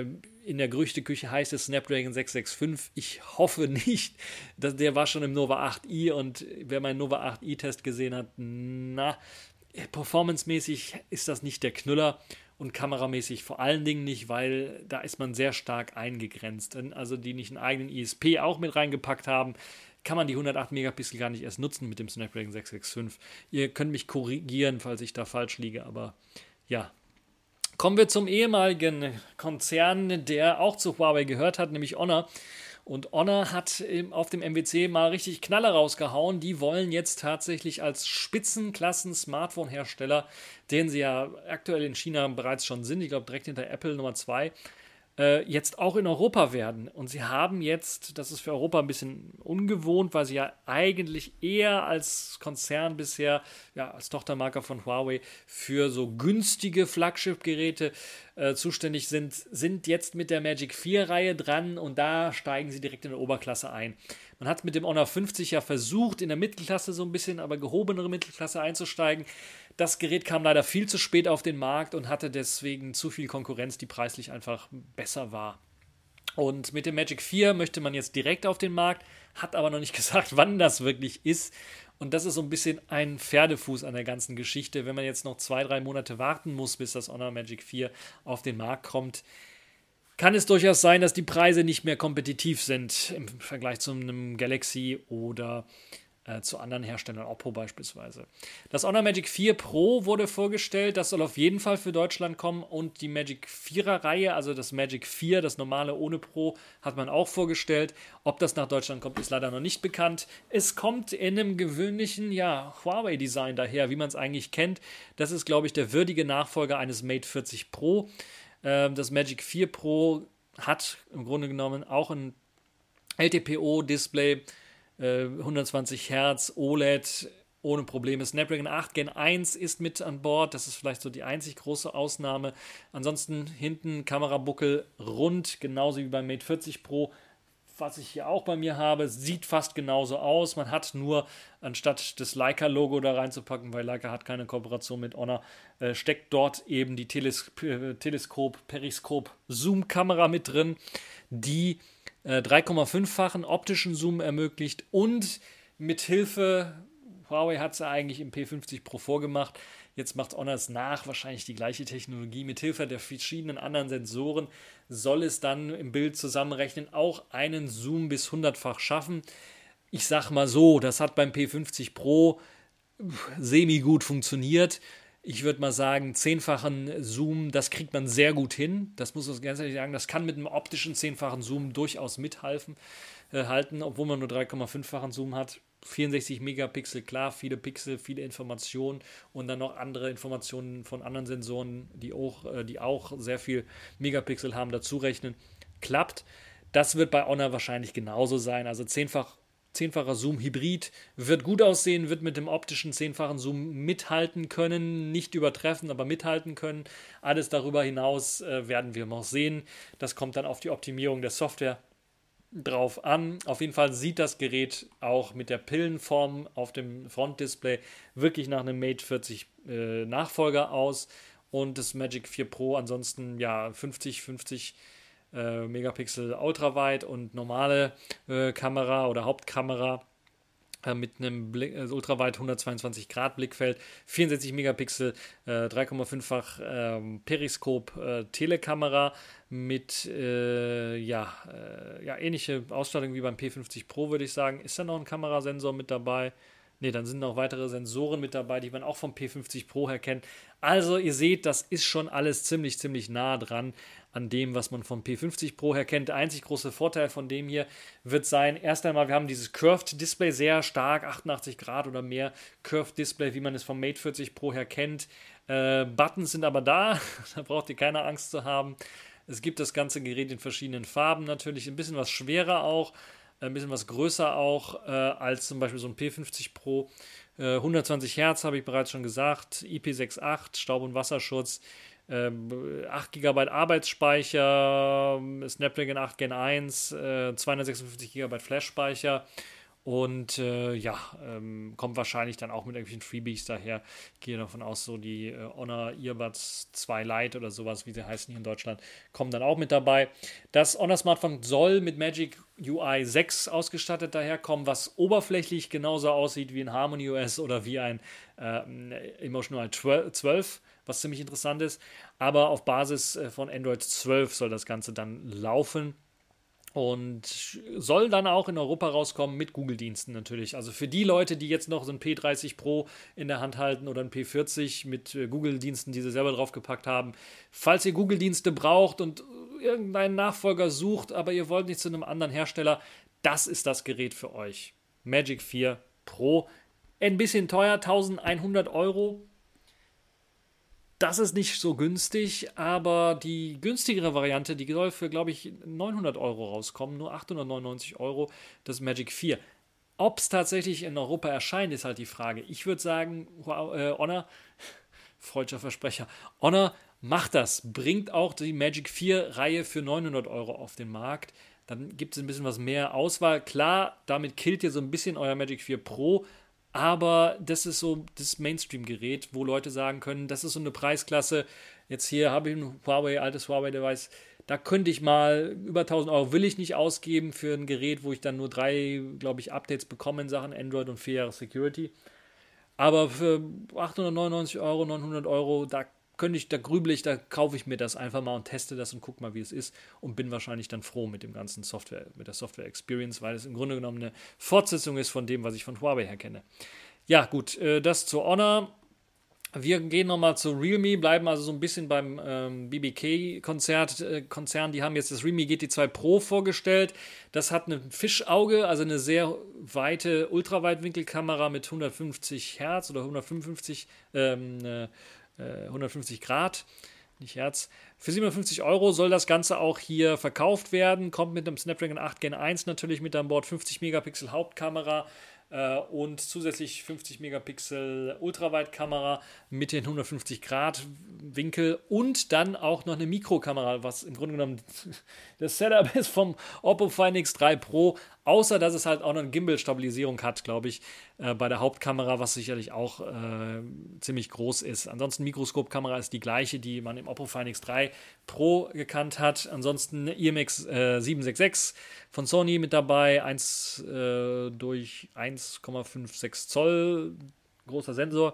In der Gerüchteküche heißt es Snapdragon sechs sechs fünf. Ich hoffe nicht, dass der war schon im Nova acht i und wer meinen Nova acht i-Test gesehen hat, na, performancemäßig ist das nicht der Knüller und kameramäßig vor allen Dingen nicht, weil da ist man sehr stark eingegrenzt. Also die nicht einen eigenen I S P auch mit reingepackt haben, kann man die hundertacht Megapixel gar nicht erst nutzen mit dem Snapdragon sechs sechs fünf. Ihr könnt mich korrigieren, falls ich da falsch liege, aber ja. Kommen wir zum ehemaligen Konzern, der auch zu Huawei gehört hat, nämlich Honor. Und Honor hat auf dem M W C mal richtig Knaller rausgehauen. Die wollen jetzt tatsächlich als Spitzenklassen-Smartphone-Hersteller, den sie ja aktuell in China bereits schon sind, ich glaube direkt hinter Apple Nummer zwei, jetzt auch in Europa werden. Und sie haben jetzt, das ist für Europa ein bisschen ungewohnt, weil sie ja eigentlich eher als Konzern bisher, ja, als Tochtermarke von Huawei für so günstige Flagship-Geräte äh, zuständig sind, sind jetzt mit der Magic vier Reihe dran und da steigen sie direkt in der Oberklasse ein. Man hat mit dem Honor fünfzig ja versucht, in der Mittelklasse so ein bisschen, aber gehobenere Mittelklasse einzusteigen. Das Gerät kam leider viel zu spät auf den Markt und hatte deswegen zu viel Konkurrenz, die preislich einfach besser war. Und mit dem Magic vier möchte man jetzt direkt auf den Markt, hat aber noch nicht gesagt, wann das wirklich ist. Und das ist so ein bisschen ein Pferdefuß an der ganzen Geschichte. Wenn man jetzt noch zwei, drei Monate warten muss, bis das Honor Magic vier auf den Markt kommt, kann es durchaus sein, dass die Preise nicht mehr kompetitiv sind im Vergleich zu einem Galaxy oder äh, zu anderen Herstellern, Oppo beispielsweise. Das Honor Magic vier Pro wurde vorgestellt, das soll auf jeden Fall für Deutschland kommen, und die Magic vierer Reihe, also das Magic vier, das normale ohne Pro, hat man auch vorgestellt. Ob das nach Deutschland kommt, ist leider noch nicht bekannt. Es kommt in einem gewöhnlichen, ja, Huawei-Design daher, wie man es eigentlich kennt. Das ist, glaube ich, der würdige Nachfolger eines Mate vierzig Pro. Das Magic vier Pro hat im Grunde genommen auch ein L T P O-Display, hundertzwanzig Hertz, O L E D, ohne Probleme. Snapdragon acht Gen eins ist mit an Bord, das ist vielleicht so die einzig große Ausnahme. Ansonsten hinten Kamerabuckel rund, genauso wie beim Mate vierzig Pro. Was ich hier auch bei mir habe, sieht fast genauso aus. Man hat nur, anstatt das Leica-Logo da reinzupacken, weil Leica hat keine Kooperation mit Honor, äh, steckt dort eben die Teles- äh, Teleskop, Periskop, Zoom-Kamera mit drin, die äh, drei Komma fünf-fachen optischen Zoom ermöglicht, und mit Hilfe, Huawei hat es ja eigentlich im P fünfzig Pro vorgemacht, jetzt macht Honor es nach, wahrscheinlich die gleiche Technologie. Mit Hilfe der verschiedenen anderen Sensoren soll es dann im Bild zusammenrechnen auch einen Zoom bis hundertfach schaffen. Ich sag mal so, das hat beim P fünfzig Pro semi-gut funktioniert. Ich würde mal sagen, zehnfachen Zoom, das kriegt man sehr gut hin. Das muss man ganz ehrlich sagen, das kann mit einem optischen zehnfachen Zoom durchaus mithalten, äh, halten, obwohl man nur drei Komma fünf-fachen Zoom hat. vierundsechzig Megapixel, klar, viele Pixel, viele Informationen und dann noch andere Informationen von anderen Sensoren, die auch, äh, die auch sehr viel Megapixel haben, dazu rechnen. Klappt. Das wird bei Honor wahrscheinlich genauso sein. Also zehnfach zehnfacher Zoom Hybrid wird gut aussehen, wird mit dem optischen zehnfachen Zoom mithalten können, nicht übertreffen, aber mithalten können. Alles darüber hinaus äh, werden wir noch sehen. Das kommt dann auf die Optimierung der Software drauf an. Auf jeden Fall sieht das Gerät auch mit der Pillenform auf dem Frontdisplay wirklich nach einem Mate vierzig äh, Nachfolger aus, und das Magic vier Pro ansonsten ja fünfzig fünfzig äh, Megapixel Ultrawide und normale äh, Kamera oder Hauptkamera äh, mit einem Blick, äh, Ultrawide hundertzweiundzwanzig Grad Blickfeld, vierundsechzig Megapixel, äh, drei Komma fünf-fach äh, Periskop äh, Telekamera mit äh, ja, äh, ja, ähnliche Ausstattung wie beim P fünfzig Pro, würde ich sagen. Ist da noch ein Kamerasensor mit dabei? Ne, dann sind noch weitere Sensoren mit dabei, die man auch vom P fünfzig Pro her kennt. Also ihr seht, das ist schon alles ziemlich, ziemlich nah dran an dem, was man vom P fünfzig Pro her kennt. Der einzig große Vorteil von dem hier wird sein, erst einmal, wir haben dieses Curved Display sehr stark, achtundachtzig Grad oder mehr Curved Display, wie man es vom Mate vierzig Pro her kennt. Äh, Buttons sind aber da, da braucht ihr keine Angst zu haben. Es gibt das ganze Gerät in verschiedenen Farben natürlich, ein bisschen was schwerer auch, ein bisschen was größer auch äh, als zum Beispiel so ein P fünfzig Pro. Äh, hundertzwanzig Hertz habe ich bereits schon gesagt, I P sechs Komma acht, Staub- und Wasserschutz, äh, acht Gigabyte Arbeitsspeicher, Snapdragon acht Gen eins, äh, zweihundertsechsundfünfzig Gigabyte Flash-Speicher. Und äh, ja, ähm, kommt wahrscheinlich dann auch mit irgendwelchen Freebies daher. Ich gehe davon aus, so die äh, Honor Earbuds zwei Lite oder sowas, wie sie heißen hier in Deutschland, kommen dann auch mit dabei. Das Honor Smartphone soll mit Magic U I sechs ausgestattet daherkommen, was oberflächlich genauso aussieht wie ein Harmony O S oder wie ein äh, Emotion U I zwölf, was ziemlich interessant ist. Aber auf Basis äh, von Android zwölf soll das Ganze dann laufen. Und soll dann auch in Europa rauskommen mit Google-Diensten natürlich. Also für die Leute, die jetzt noch so ein P dreißig Pro in der Hand halten oder ein P vierzig mit Google-Diensten, die sie selber draufgepackt haben. Falls ihr Google-Dienste braucht und irgendeinen Nachfolger sucht, aber ihr wollt nicht zu einem anderen Hersteller, das ist das Gerät für euch. Magic vier Pro. Ein bisschen teuer, eintausendeinhundert Euro. Das ist nicht so günstig, aber die günstigere Variante, die soll für, glaube ich, neunhundert Euro rauskommen, nur achthundertneunundneunzig Euro, das Magic vier. Ob es tatsächlich in Europa erscheint, ist halt die Frage. Ich würde sagen, wow, äh, Honor, freudscher Versprecher, Honor macht das, bringt auch die Magic vier Reihe für neunhundert Euro auf den Markt. Dann gibt es ein bisschen was mehr Auswahl. Klar, damit killt ihr so ein bisschen euer Magic vier Pro, aber das ist so das Mainstream-Gerät, wo Leute sagen können, das ist so eine Preisklasse. Jetzt hier habe ich ein Huawei, altes Huawei-Device, Da könnte ich mal, über tausend Euro will ich nicht ausgeben für ein Gerät, wo ich dann nur drei, glaube ich, Updates bekomme in Sachen Android und vier Jahre Security. Aber für achthundertneunundneunzig Euro, neunhundert Euro, da könnte ich, da grübel ich, da kaufe ich mir das einfach mal und teste das und gucke mal, wie es ist und bin wahrscheinlich dann froh mit dem ganzen Software, mit der Software Experience, weil es im Grunde genommen eine Fortsetzung ist von dem, was ich von Huawei her kenne. Ja, gut, äh, das zu Honor. Wir gehen nochmal zu Realme, bleiben also so ein bisschen beim ähm, B B K-Konzert, äh, Konzern. Die haben jetzt das Realme G T zwei Pro vorgestellt. Das hat ein Fischauge, also eine sehr weite Ultraweitwinkelkamera mit hundertfünfzig Hertz oder hundertfünfundfünfzig, ähm, äh, hundertfünfzig Grad, nicht Hertz. Für siebenundfünfzig Euro soll das Ganze auch hier verkauft werden. Kommt mit einem Snapdragon acht Gen eins natürlich mit an Bord, fünfzig Megapixel Hauptkamera äh, und zusätzlich fünfzig Megapixel Ultraweitkamera mit den hundertfünfzig Grad Winkel und dann auch noch eine Mikrokamera, was im Grunde genommen das Setup ist vom Oppo Find X drei Pro, außer dass es halt auch noch eine Gimbal-Stabilisierung hat, glaube ich, äh, bei der Hauptkamera, was sicherlich auch äh, ziemlich groß ist. Ansonsten Mikroskopkamera ist die gleiche, die man im Oppo Find X drei Pro gekannt hat. Ansonsten I M X äh, sieben sechs sechs von Sony mit dabei, eins äh, durch eins Komma sechsundfünfzig Zoll, großer Sensor.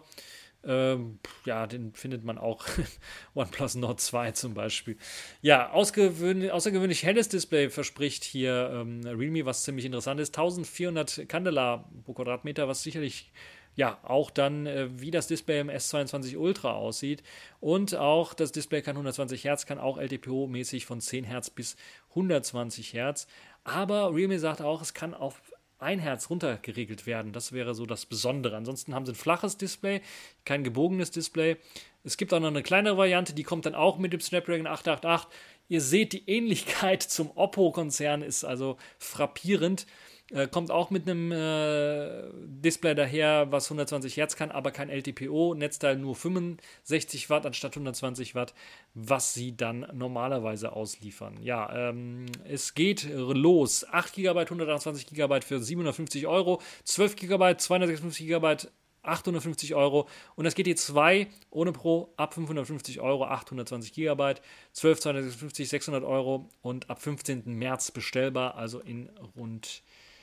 Ähm, ja, den findet man auch OnePlus Nord zwei zum Beispiel. Ja, außergewöhnlich helles Display verspricht hier ähm, Realme, was ziemlich interessant ist. eintausendvierhundert Candela pro Quadratmeter, was sicherlich ja auch dann äh, wie das Display im S zweiundzwanzig Ultra aussieht. Und auch das Display kann hundertzwanzig Hertz, kann auch L T P O-mäßig von zehn Hertz bis hundertzwanzig Hertz. Aber Realme sagt auch, es kann auf ein Hertz runtergeregelt werden. Das wäre so das Besondere. Ansonsten haben sie ein flaches Display, kein gebogenes Display. Es gibt auch noch eine kleinere Variante, die kommt dann auch mit dem Snapdragon acht acht acht. Ihr seht, die Ähnlichkeit zum Oppo-Konzern ist also frappierend. Äh, kommt auch mit einem äh, Display daher, was hundertzwanzig Hertz kann, aber kein L T P O, Netzteil nur fünfundsechzig Watt anstatt hundertzwanzig Watt, was sie dann normalerweise ausliefern. Ja, ähm, es geht los. acht Gigabyte, hundertachtundzwanzig Gigabyte für siebenhundertfünfzig Euro, zwölf Gigabyte, zweihundertsechsundfünfzig Gigabyte, achthundertfünfzig Euro und das G T zwei ohne Pro ab fünfhundertfünfzig Euro, achthundertzwanzig Gigabyte, zwölf, zweihundertsechsundfünfzig, sechshundert Euro und ab fünfzehnten März bestellbar, also in rund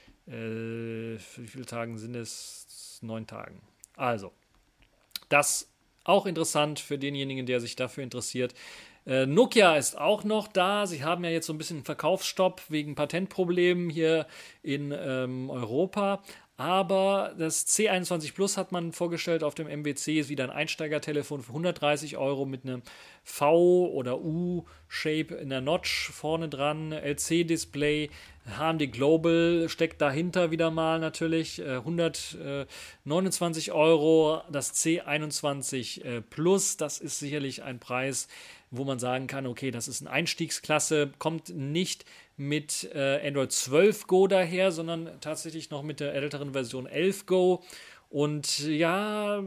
Äh, für wie viele Tagen sind es? Neun Tagen. Also, das auch interessant für denjenigen, der sich dafür interessiert. Äh, Nokia ist auch noch da. Sie haben ja jetzt so ein bisschen Verkaufsstopp wegen Patentproblemen hier in ähm, Europa. Aber das C einundzwanzig Plus hat man vorgestellt auf dem M W C, ist wieder ein Einsteigertelefon für hundertdreißig Euro mit einem V- oder U-Shape in der Notch vorne dran, L C-Display, H M D Global steckt dahinter wieder mal natürlich, äh, hundertneunundzwanzig Euro, das C einundzwanzig äh, Plus, das ist sicherlich ein Preis, wo man sagen kann, okay, das ist eine Einstiegsklasse, kommt nicht mit äh, Android zwölf Go daher, sondern tatsächlich noch mit der älteren Version elf Go. Und ja,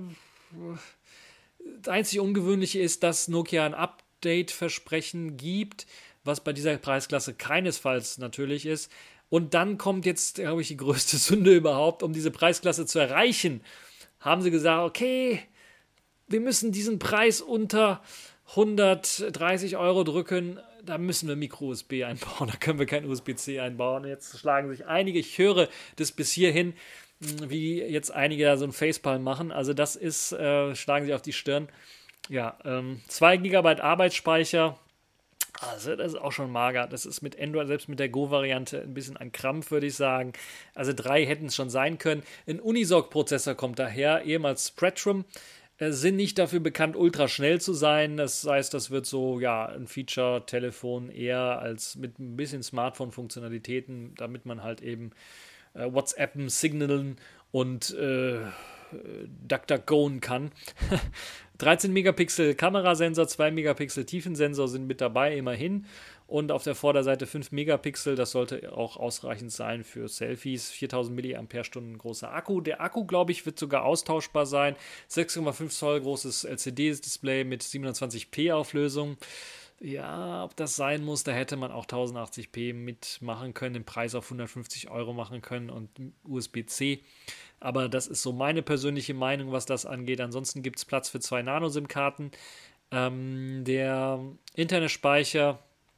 das einzig Ungewöhnliche ist, dass Nokia ein Update-Versprechen gibt, was bei dieser Preisklasse keinesfalls natürlich ist. Und dann kommt jetzt, glaube ich, die größte Sünde überhaupt, um diese Preisklasse zu erreichen. Haben sie gesagt, okay, wir müssen diesen Preis unter hundertdreißig Euro drücken, da müssen wir Micro-U S B einbauen, da können wir kein U S B C einbauen. Jetzt schlagen sich einige, ich höre das bis hierhin, wie jetzt einige da so ein Facepalm machen, also das ist, äh, schlagen sich auf die Stirn. Ja, ähm, zwei Gigabyte Arbeitsspeicher, also das ist auch schon mager, das ist mit Android, selbst mit der Go-Variante ein bisschen ein Krampf, würde ich sagen. Also drei hätten es schon sein können. Ein Unisoc-Prozessor kommt daher, ehemals Spreadtrum, sind nicht dafür bekannt, ultra schnell zu sein. Das heißt, das wird so, ja, ein Feature-Telefon eher als mit ein bisschen Smartphone-Funktionalitäten, damit man halt eben äh, WhatsAppen, Signalen und äh, DuckDuckGoen kann. dreizehn Megapixel Kamerasensor, zwei Megapixel Tiefensensor sind mit dabei, immerhin. Und auf der Vorderseite fünf Megapixel, das sollte auch ausreichend sein für Selfies. viertausend Milliampere-Stunden großer Akku. Der Akku, glaube ich, wird sogar austauschbar sein. sechs Komma fünf Zoll großes L C D-Display mit siebenhundertzwanzig p Auflösung. Ja, ob das sein muss, da hätte man auch tausendachtzig p mitmachen können, den Preis auf hundertfünfzig Euro machen können und U S B C. Aber das ist so meine persönliche Meinung, was das angeht. Ansonsten gibt es Platz für zwei Nano-SIM-Karten. Ähm, der interne Speicher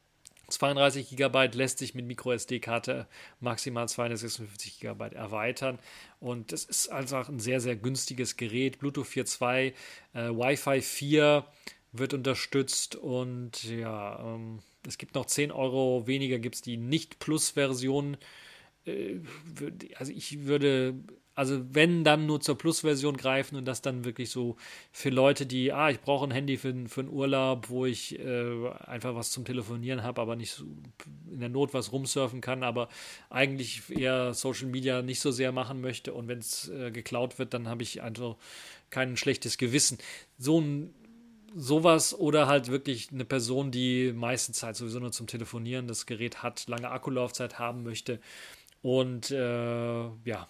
zweiunddreißig Gigabyte lässt sich mit MicroSD-Karte maximal zweihundertsechsundfünfzig Gigabyte erweitern. Und das ist einfach ein sehr, sehr günstiges Gerät. Bluetooth vier Punkt zwei, äh, Wi-Fi vier wird unterstützt und ja, ähm, es gibt noch zehn Euro weniger, gibt es die Nicht-Plus-Version. Äh, also ich würde, also wenn, dann nur zur Plus-Version greifen und das dann wirklich so für Leute, die, ah, ich brauche ein Handy für, für einen Urlaub, wo ich äh, einfach was zum Telefonieren habe, aber nicht so in der Not was rumsurfen kann, aber eigentlich eher Social Media nicht so sehr machen möchte und wenn es äh, geklaut wird, dann habe ich also kein schlechtes Gewissen. So ein Sowas oder halt wirklich eine Person, die meiste Zeit sowieso nur zum Telefonieren das Gerät hat, lange Akkulaufzeit haben möchte. Und äh, ja,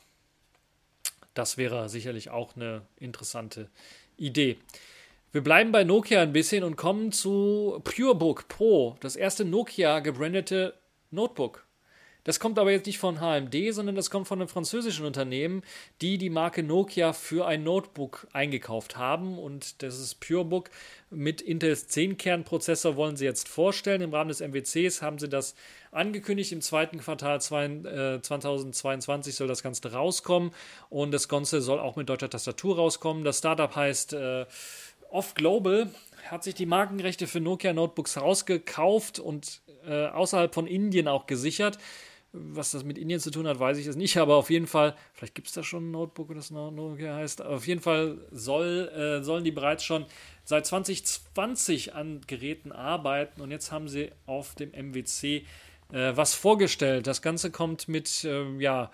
das wäre sicherlich auch eine interessante Idee. Wir bleiben bei Nokia ein bisschen und kommen zu PureBook Pro, das erste Nokia gebrandete Notebook. Das kommt aber jetzt nicht von H M D, sondern das kommt von einem französischen Unternehmen, die die Marke Nokia für ein Notebook eingekauft haben. Und das ist PureBook mit Intels zehn-Kern-Prozessor wollen sie jetzt vorstellen. Im Rahmen des M W Cs haben sie das angekündigt. Im zweiten Quartal zweitausendzweiundzwanzig soll das Ganze rauskommen. Und das Ganze soll auch mit deutscher Tastatur rauskommen. Das Startup heißt äh, Off Global, hat sich die Markenrechte für Nokia Notebooks rausgekauft und äh, außerhalb von Indien auch gesichert. Was das mit Indien zu tun hat, weiß ich jetzt nicht, aber auf jeden Fall, vielleicht gibt es da schon ein Notebook, das Nokia heißt, auf jeden Fall soll, äh, sollen die bereits schon seit zwanzig zwanzig an Geräten arbeiten und jetzt haben sie auf dem M W C äh, was vorgestellt. Das Ganze kommt mit, äh, ja,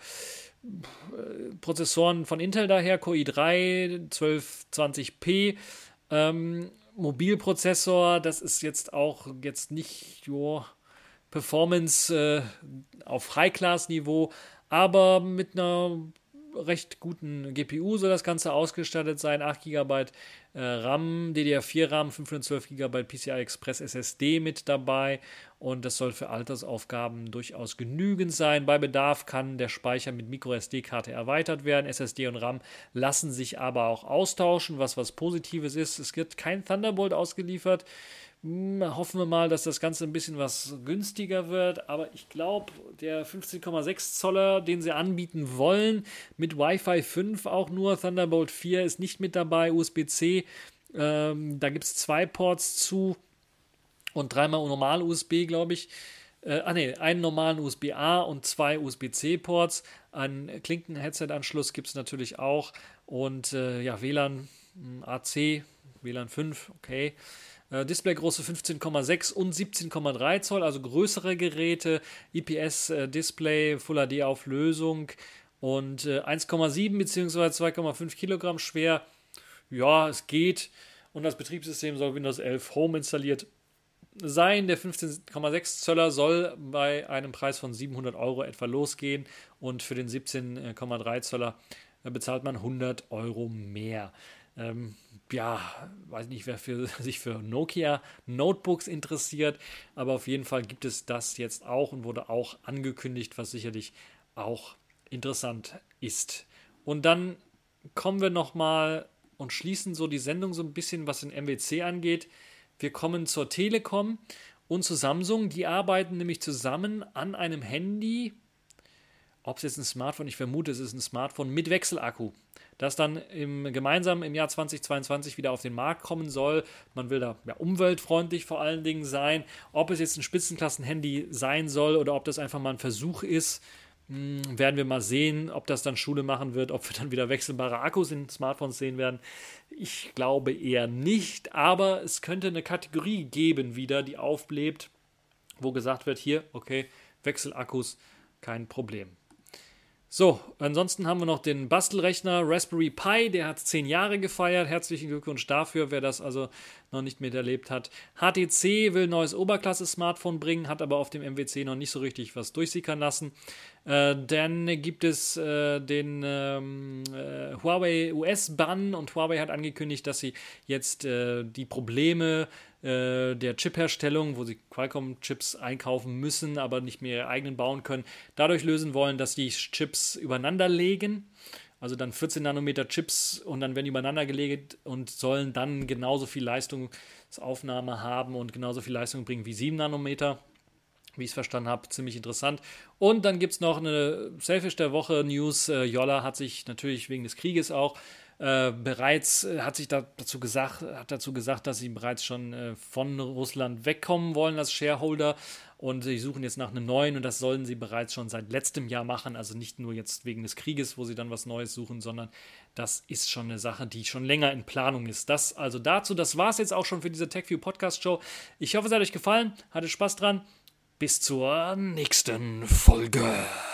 Prozessoren von Intel daher, Core i drei, zwölf zwanzig p, ähm, Mobilprozessor, das ist jetzt auch jetzt nicht, joa, Performance äh, auf High-Class-Niveau, aber mit einer recht guten G P U soll das Ganze ausgestattet sein. acht Gigabyte äh, RAM, D D R vier RAM, fünfhundertzwölf Gigabyte P C I Express S S D mit dabei und das soll für Altersaufgaben durchaus genügend sein. Bei Bedarf kann der Speicher mit MicroSD-Karte erweitert werden. S S D und RAM lassen sich aber auch austauschen, was was Positives ist. Es wird kein Thunderbolt ausgeliefert. Hoffen wir mal, dass das Ganze ein bisschen was günstiger wird, aber ich glaube, der fünfzehn Komma sechs Zoller, den sie anbieten wollen, mit Wi-Fi fünf auch nur, Thunderbolt vier ist nicht mit dabei, U S B C, ähm, da gibt es zwei Ports zu und dreimal normal U S B, glaube ich. Äh, ah ne, einen normalen U S B A und zwei U S B C Ports. Einen Klinken-Headset-Anschluss gibt es natürlich auch und äh, ja, W L A N A C, W L A N fünf, okay. Displaygröße fünfzehn Komma sechs und siebzehn Komma drei Zoll, also größere Geräte, I P S-Display, Full H D-Auflösung und äh, eins Komma sieben bzw. zwei Komma fünf Kilogramm schwer. Ja, es geht. Und das Betriebssystem soll Windows elf Home installiert sein. Der fünfzehn Komma sechs Zöller soll bei einem Preis von siebenhundert Euro etwa losgehen und für den siebzehn Komma drei Zöller bezahlt man hundert Euro mehr. Ähm, ja, weiß nicht, wer für, sich für Nokia Notebooks interessiert, aber auf jeden Fall gibt es das jetzt auch und wurde auch angekündigt, was sicherlich auch interessant ist. Und dann kommen wir nochmal und schließen so die Sendung so ein bisschen, was den M W C angeht. Wir kommen zur Telekom und zu Samsung. Die arbeiten nämlich zusammen an einem Handy. Ob es jetzt ein Smartphone, ich vermute, es ist ein Smartphone mit Wechselakku, das dann im, gemeinsam im Jahr zweitausendzweiundzwanzig wieder auf den Markt kommen soll. Man will da ja, umweltfreundlich vor allen Dingen sein. Ob es jetzt ein Spitzenklassen-Handy sein soll oder ob das einfach mal ein Versuch ist, mh, werden wir mal sehen, ob das dann Schule machen wird, ob wir dann wieder wechselbare Akkus in Smartphones sehen werden. Ich glaube eher nicht, aber es könnte eine Kategorie geben wieder, die aufblebt, wo gesagt wird, hier, okay, Wechselakkus, kein Problem. So, ansonsten haben wir noch den Bastelrechner Raspberry Pi, der hat zehn Jahre gefeiert. Herzlichen Glückwunsch dafür, wer das also noch nicht miterlebt hat. H T C will ein neues Oberklasse-Smartphone bringen, hat aber auf dem M W C noch nicht so richtig was durchsickern lassen. Äh, dann gibt es äh, den ähm, äh, Huawei U S-Bann und Huawei hat angekündigt, dass sie jetzt äh, die Probleme äh, der Chipherstellung, wo sie Qualcomm-Chips einkaufen müssen, aber nicht mehr ihre eigenen bauen können, dadurch lösen wollen, dass die Chips übereinander legen. Also dann vierzehn Nanometer Chips und dann werden die übereinander gelegt und sollen dann genauso viel Leistungsaufnahme haben und genauso viel Leistung bringen wie sieben Nanometer. wie ich es verstanden habe, ziemlich interessant. Und dann gibt es noch eine Selfish der Woche News. Äh, Jolla hat sich natürlich wegen des Krieges auch äh, bereits, äh, hat sich da, dazu gesagt, hat dazu gesagt, dass sie bereits schon äh, von Russland wegkommen wollen als Shareholder. Und sie suchen jetzt nach einem neuen und das sollen sie bereits schon seit letztem Jahr machen. Also nicht nur jetzt wegen des Krieges, wo sie dann was Neues suchen, sondern das ist schon eine Sache, die schon länger in Planung ist. Das also dazu, das war es jetzt auch schon für diese TechView Podcast Show. Ich hoffe, es hat euch gefallen, hattet Spaß dran. Bis zur nächsten Folge.